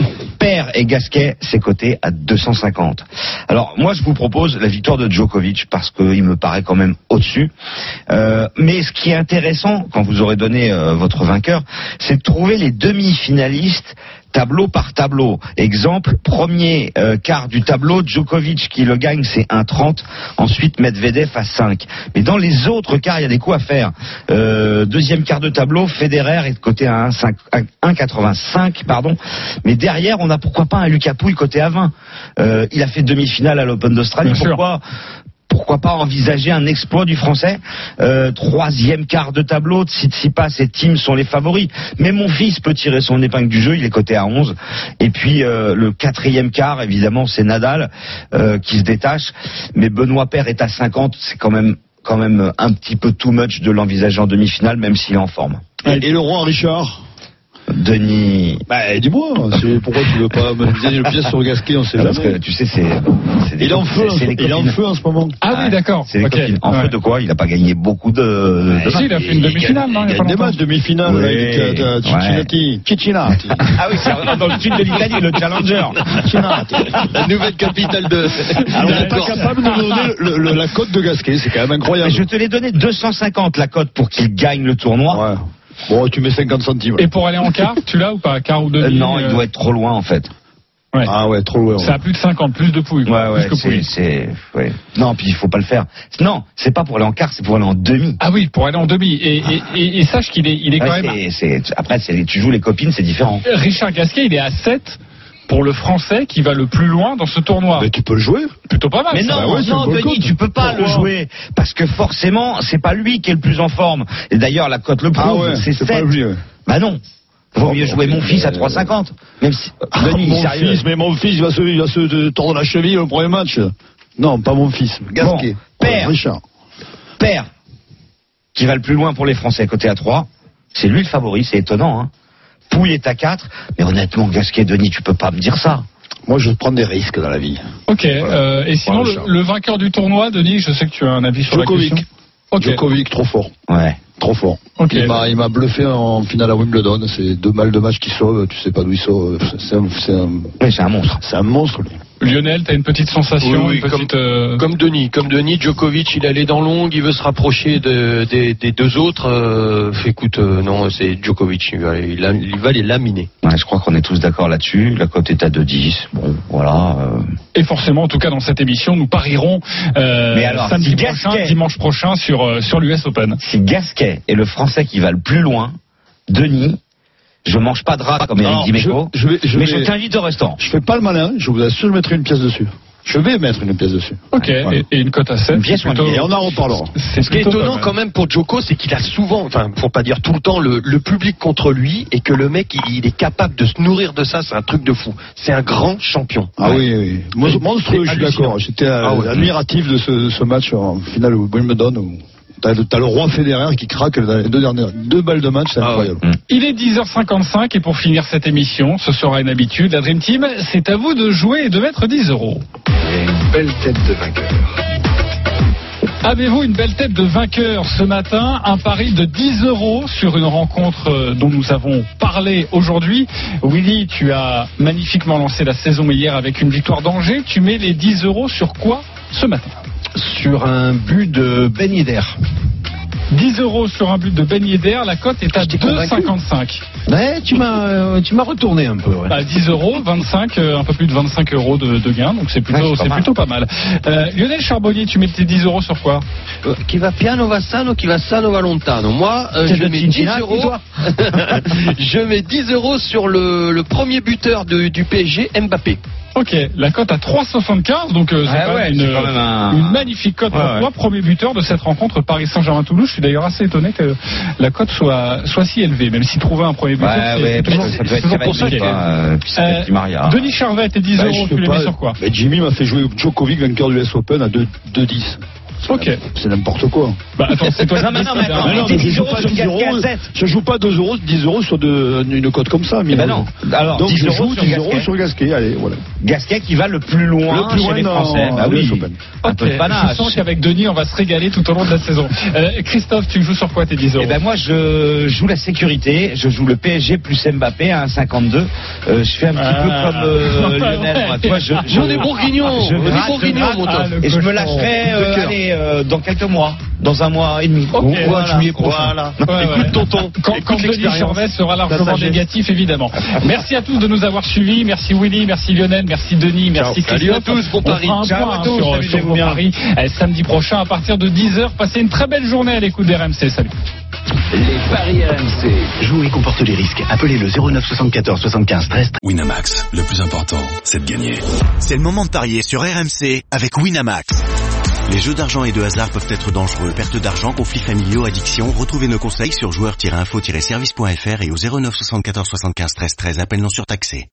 [SPEAKER 6] Père et Gasquet, c'est coté à deux cent cinquante. Alors moi je vous propose la victoire de Djokovic parce qu'il me paraît quand même au-dessus. Euh, mais ce qui est intéressant quand vous aurez donné euh, votre vainqueur, c'est de trouver les demi-finalistes tableau par tableau. Exemple, premier euh, quart du tableau, Djokovic qui le gagne, c'est un trente. Ensuite, Medvedev à cinq. Mais dans les autres quarts, il y a des coups à faire. Euh, deuxième quart de tableau, Federer est de côté à un virgule quatre-vingt-cinq, pardon. Mais derrière, on a pourquoi pas un Lucas Pouille côté à vingt. Euh, il a fait demi-finale à l'Open d'Australie.
[SPEAKER 5] Bien
[SPEAKER 6] Pourquoi Pourquoi pas envisager un exploit du Français? euh, Troisième quart de tableau, Tsitsipas et Thiem sont les favoris. Mais mon fils peut tirer son épingle du jeu, il est coté à onze. Et puis euh, le quatrième quart, évidemment, c'est Nadal euh, qui se détache. Mais Benoît Paire est à cinquante, c'est quand même quand même un petit peu too much de l'envisager en demi-finale, même s'il est en forme.
[SPEAKER 7] Et le roi Richard?
[SPEAKER 6] Denis.
[SPEAKER 7] Bah, dis-moi, c'est pourquoi tu veux pas me donner le pièce sur Gasquet, on sait
[SPEAKER 6] Non,
[SPEAKER 7] jamais.
[SPEAKER 6] parce que tu sais, c'est. c'est des
[SPEAKER 7] Il est en feu,
[SPEAKER 6] c'est- c'est les
[SPEAKER 7] il est en
[SPEAKER 6] copines.
[SPEAKER 7] feu en ce moment.
[SPEAKER 5] Ah oui, d'accord.
[SPEAKER 6] C'est les
[SPEAKER 5] Ok.
[SPEAKER 6] copines. En
[SPEAKER 5] Ouais.
[SPEAKER 6] feu de quoi? Il a pas gagné beaucoup de. de
[SPEAKER 5] Si, il a fait une demi-finale, non, il y a
[SPEAKER 7] Il y
[SPEAKER 5] pas
[SPEAKER 7] a des
[SPEAKER 5] longtemps.
[SPEAKER 7] matchs demi-finale
[SPEAKER 6] Oui,
[SPEAKER 7] avec euh, Cincinnati. Cincinnati.
[SPEAKER 6] Ah oui, c'est dans le sud de l'Italie, le Challenger.
[SPEAKER 7] Cincinnati.
[SPEAKER 8] La nouvelle capitale de.
[SPEAKER 7] Alors, on n'est pas capable de nous donner le- le- la cote de Gasquet, c'est quand même incroyable.
[SPEAKER 6] Mais je te l'ai donné deux cent cinquante la cote pour qu'il gagne le tournoi.
[SPEAKER 7] Ouais. Bon, tu mets cinquante centimes.
[SPEAKER 5] Et pour aller en quart, tu l'as ou pas? Quart ou demi?
[SPEAKER 6] Euh, non,
[SPEAKER 5] euh,
[SPEAKER 6] il doit être trop loin en fait.
[SPEAKER 5] Ouais.
[SPEAKER 7] Ah ouais, trop loin.
[SPEAKER 5] C'est à plus de cinquante, plus de Pouille.
[SPEAKER 6] Ouais, ouais,
[SPEAKER 5] plus que
[SPEAKER 6] c'est,
[SPEAKER 5] Pouille.
[SPEAKER 6] c'est, ouais. Non, puis il faut pas le faire. Non, c'est pas pour aller en quart, c'est pour aller en demi.
[SPEAKER 5] Ah oui, pour aller en demi. Et, et, et, et sache qu'il est, il est quand
[SPEAKER 6] Ouais,
[SPEAKER 5] même.
[SPEAKER 6] c'est, c'est, après, c'est, tu joues les copines, c'est différent.
[SPEAKER 5] Richard Gasquet, il est à sept pour le Français qui va le plus loin dans ce tournoi.
[SPEAKER 7] Mais tu peux le jouer.
[SPEAKER 5] Plutôt pas mal.
[SPEAKER 6] Mais
[SPEAKER 5] ça.
[SPEAKER 6] non,
[SPEAKER 7] Bah ouais, c'est
[SPEAKER 6] non,
[SPEAKER 7] un boycott.
[SPEAKER 6] Denis, tu peux pas
[SPEAKER 5] Pourquoi
[SPEAKER 6] le jouer parce que forcément, c'est pas lui qui est le plus en forme. Et d'ailleurs, la cote le prouve,
[SPEAKER 7] Ah ouais,
[SPEAKER 6] c'est
[SPEAKER 7] c'est
[SPEAKER 6] sept.
[SPEAKER 7] pas lui, ouais.
[SPEAKER 6] Bah non. Vaut mieux
[SPEAKER 7] Oh,
[SPEAKER 6] jouer
[SPEAKER 7] ok,
[SPEAKER 6] mon fils à
[SPEAKER 7] euh,
[SPEAKER 6] trois cinquante. Même si
[SPEAKER 7] Ah,
[SPEAKER 6] Denis,
[SPEAKER 7] mon
[SPEAKER 6] sérieux.
[SPEAKER 7] fils, mais mon fils, il va se, il va se de- tordre la cheville au premier match. Non, pas mon fils. Gasquet.
[SPEAKER 6] Bon, Père.
[SPEAKER 7] Richard.
[SPEAKER 6] Père, qui va le plus loin pour les Français, côté à trois, c'est lui le favori, c'est étonnant. Hein. Pouille est à quatre, mais honnêtement, Gasquet, Denis, tu peux pas me dire ça.
[SPEAKER 7] Moi, je prends des risques dans la vie.
[SPEAKER 5] Ok. euh, et sinon,
[SPEAKER 7] Voilà,
[SPEAKER 5] le, le vainqueur du tournoi, Denis, je sais que tu as un avis sur
[SPEAKER 7] Djokovic.
[SPEAKER 5] la question. Ok.
[SPEAKER 7] Djokovic, trop fort.
[SPEAKER 6] Ouais.
[SPEAKER 7] Trop fort.
[SPEAKER 5] Ok.
[SPEAKER 7] Il m'a, il m'a bluffé en finale à Wimbledon. C'est deux balles de match qui sauvent. Tu sais pas d'où il sort. C'est un, c'est un,
[SPEAKER 6] Oui, c'est un monstre.
[SPEAKER 7] c'est un monstre, lui.
[SPEAKER 5] Lionel, t'as une petite sensation,
[SPEAKER 8] oui, oui,
[SPEAKER 5] une petite,
[SPEAKER 8] comme,
[SPEAKER 5] euh...
[SPEAKER 8] comme Denis, comme Denis, Djokovic, il allait dans l'ongle, il veut se rapprocher de, des, des deux autres. Euh, écoute, euh, non, c'est Djokovic, il va, il, a, il va les laminer.
[SPEAKER 6] Ouais, je crois qu'on est tous d'accord là-dessus. La cote est à deux dix. Bon, voilà. Euh...
[SPEAKER 5] Et forcément, en tout cas dans cette émission, nous parierons euh,
[SPEAKER 6] Mais alors,
[SPEAKER 5] samedi
[SPEAKER 6] si
[SPEAKER 5] prochain,
[SPEAKER 6] Gasquet,
[SPEAKER 5] dimanche prochain sur euh, sur l'U S Open.
[SPEAKER 6] Si Gasquet est le Français qui va le plus loin, Denis. Je mange pas de rat comme Eric Dimeco,
[SPEAKER 7] je, je vais, je
[SPEAKER 6] mais
[SPEAKER 7] vais,
[SPEAKER 6] je t'invite au restaurant.
[SPEAKER 7] Je fais pas le malin, je vous assure, je mettrai une pièce dessus. Je vais mettre une pièce dessus.
[SPEAKER 5] Ok, voilà. et, et une cote à sept.
[SPEAKER 6] Une pièce plutôt...
[SPEAKER 7] Et on en reparlera.
[SPEAKER 8] C'est Ce qui est étonnant quand même pour Djoko, c'est qu'il a souvent, enfin, pour pas dire tout le temps, le, le public contre lui et que le mec, il, il est capable de se nourrir de ça. C'est un truc de fou. C'est un grand champion.
[SPEAKER 7] Ah ouais. oui, oui. Moi, monstrueux, je suis d'accord. J'étais ah ouais. admiratif de ce, ce match en finale au Wimbledon où T'as le, t'as le roi Federer qui craque dans les deux dernières deux balles de match, c'est ah incroyable.
[SPEAKER 5] Ouais. Il est dix heures cinquante-cinq et pour finir cette émission, ce sera une habitude. La Dream Team, c'est à vous de jouer et de mettre dix euros.
[SPEAKER 16] Et une belle tête de vainqueur.
[SPEAKER 5] Avez-vous une belle tête de vainqueur ce matin? Un pari de dix euros sur une rencontre dont nous avons parlé aujourd'hui. Willy, tu as magnifiquement lancé la saison hier avec une victoire d'Angers. Tu mets les dix euros sur quoi ce matin?
[SPEAKER 10] Sur un but de Ben Yedder.
[SPEAKER 5] dix euros sur un but de Ben Yedder, la cote est à deux virgule cinquante-cinq.
[SPEAKER 10] Ouais, tu m'as, euh, tu m'as retourné un peu. Ouais.
[SPEAKER 5] Bah, dix euros, vingt-cinq, euh, un peu plus de vingt-cinq euros de, de gain, donc c'est plutôt, ouais, c'est c'est pas plutôt pas mal. Euh, Lionel Charbonnier, tu mets tes dix euros sur quoi?
[SPEAKER 8] euh, Qui va piano va sano, qui va sano va lontano. Moi, euh, je mets dix euros. Je mets dix euros sur le, le premier buteur de, du P S G, Mbappé.
[SPEAKER 5] Ok, la cote à trois virgule soixante-quinze, donc euh, c'est ah quand ouais, même, une, quand même un... une magnifique cote pour ouais, toi, ouais. Premier buteur de cette rencontre Paris Saint-Germain-Toulouse. Je suis d'ailleurs assez étonné que la cote soit, soit si élevée, même si trouver un premier buteur,
[SPEAKER 6] ouais,
[SPEAKER 5] c'est,
[SPEAKER 6] ouais,
[SPEAKER 5] c'est toujours,
[SPEAKER 6] ça doit
[SPEAKER 5] c'est
[SPEAKER 6] être
[SPEAKER 5] toujours compliqué.
[SPEAKER 6] Euh, euh,
[SPEAKER 5] Denis Charvet, tes dix bah, euros, tu les mets sur quoi?
[SPEAKER 7] bah, Jimmy m'a fait jouer Djokovic, vainqueur du U S Open, à deux virgule dix.
[SPEAKER 5] Ok.
[SPEAKER 7] C'est n'importe quoi.
[SPEAKER 5] Bah attends, c'est toi.
[SPEAKER 6] Non, mais non, mais attends, non, mais je joue pas dix euros.
[SPEAKER 7] Je joue pas deux euros, dix euros sur de, une cote comme ça. Mais
[SPEAKER 6] bah non. Alors,
[SPEAKER 7] donc
[SPEAKER 6] dix
[SPEAKER 7] je
[SPEAKER 6] euros
[SPEAKER 7] joue
[SPEAKER 6] sur
[SPEAKER 7] dix euros sur Gasquet. Allez, voilà.
[SPEAKER 6] Gasquet qui va le plus loin,
[SPEAKER 7] le plus loin
[SPEAKER 6] chez les Français.
[SPEAKER 7] Bah oui.
[SPEAKER 5] Un peu de panache. Je sens qu'avec Denis, on va se régaler tout au long de la saison. Euh, Christophe, tu joues sur quoi tes dix euros?
[SPEAKER 6] Eh ben moi, je joue la sécurité. Je joue le P S G plus Mbappé à un cinquante-deux. Euh, je fais un petit ah. peu comme euh, Lionel. Moi, toi, je,
[SPEAKER 8] je, on est bourguignon.
[SPEAKER 6] Je
[SPEAKER 8] on est bourguignon, mon top.
[SPEAKER 6] Et je me lâcherai euh, allez, euh, dans quelques mois, dans un mois et demi.
[SPEAKER 5] Okay,
[SPEAKER 6] voilà,
[SPEAKER 5] juillet
[SPEAKER 6] prochain.
[SPEAKER 5] Voilà. Ouais,
[SPEAKER 8] écoute
[SPEAKER 5] ouais.
[SPEAKER 8] tonton.
[SPEAKER 5] Quand, écoute quand Denis Charvet sera largement négatif, évidemment. Merci à tous de nous avoir suivis. Merci Willy, merci Lionel, merci Denis, merci
[SPEAKER 8] Christophe. Salut à tous, bon
[SPEAKER 5] Paris.
[SPEAKER 8] On
[SPEAKER 5] fera un point
[SPEAKER 8] à tous,
[SPEAKER 5] sur, sur vos paris samedi prochain à partir de dix heures. Passez une très belle journée à l'écoute d'R M C. Salut.
[SPEAKER 1] Les paris R M C.
[SPEAKER 2] Jouer comporte les risques. Appelez le zéro neuf soixante-quatorze soixante-quinze treize.
[SPEAKER 20] Winamax, le plus important, c'est de gagner.
[SPEAKER 21] C'est le moment de parier sur R M C avec Winamax. Les jeux d'argent et de hasard peuvent être dangereux. Perte d'argent, conflits familiaux, addiction. Retrouvez nos conseils sur joueurs tiret info tiret service point f r et au zéro neuf soixante-quatorze soixante-quinze treize treize. Appel non surtaxé.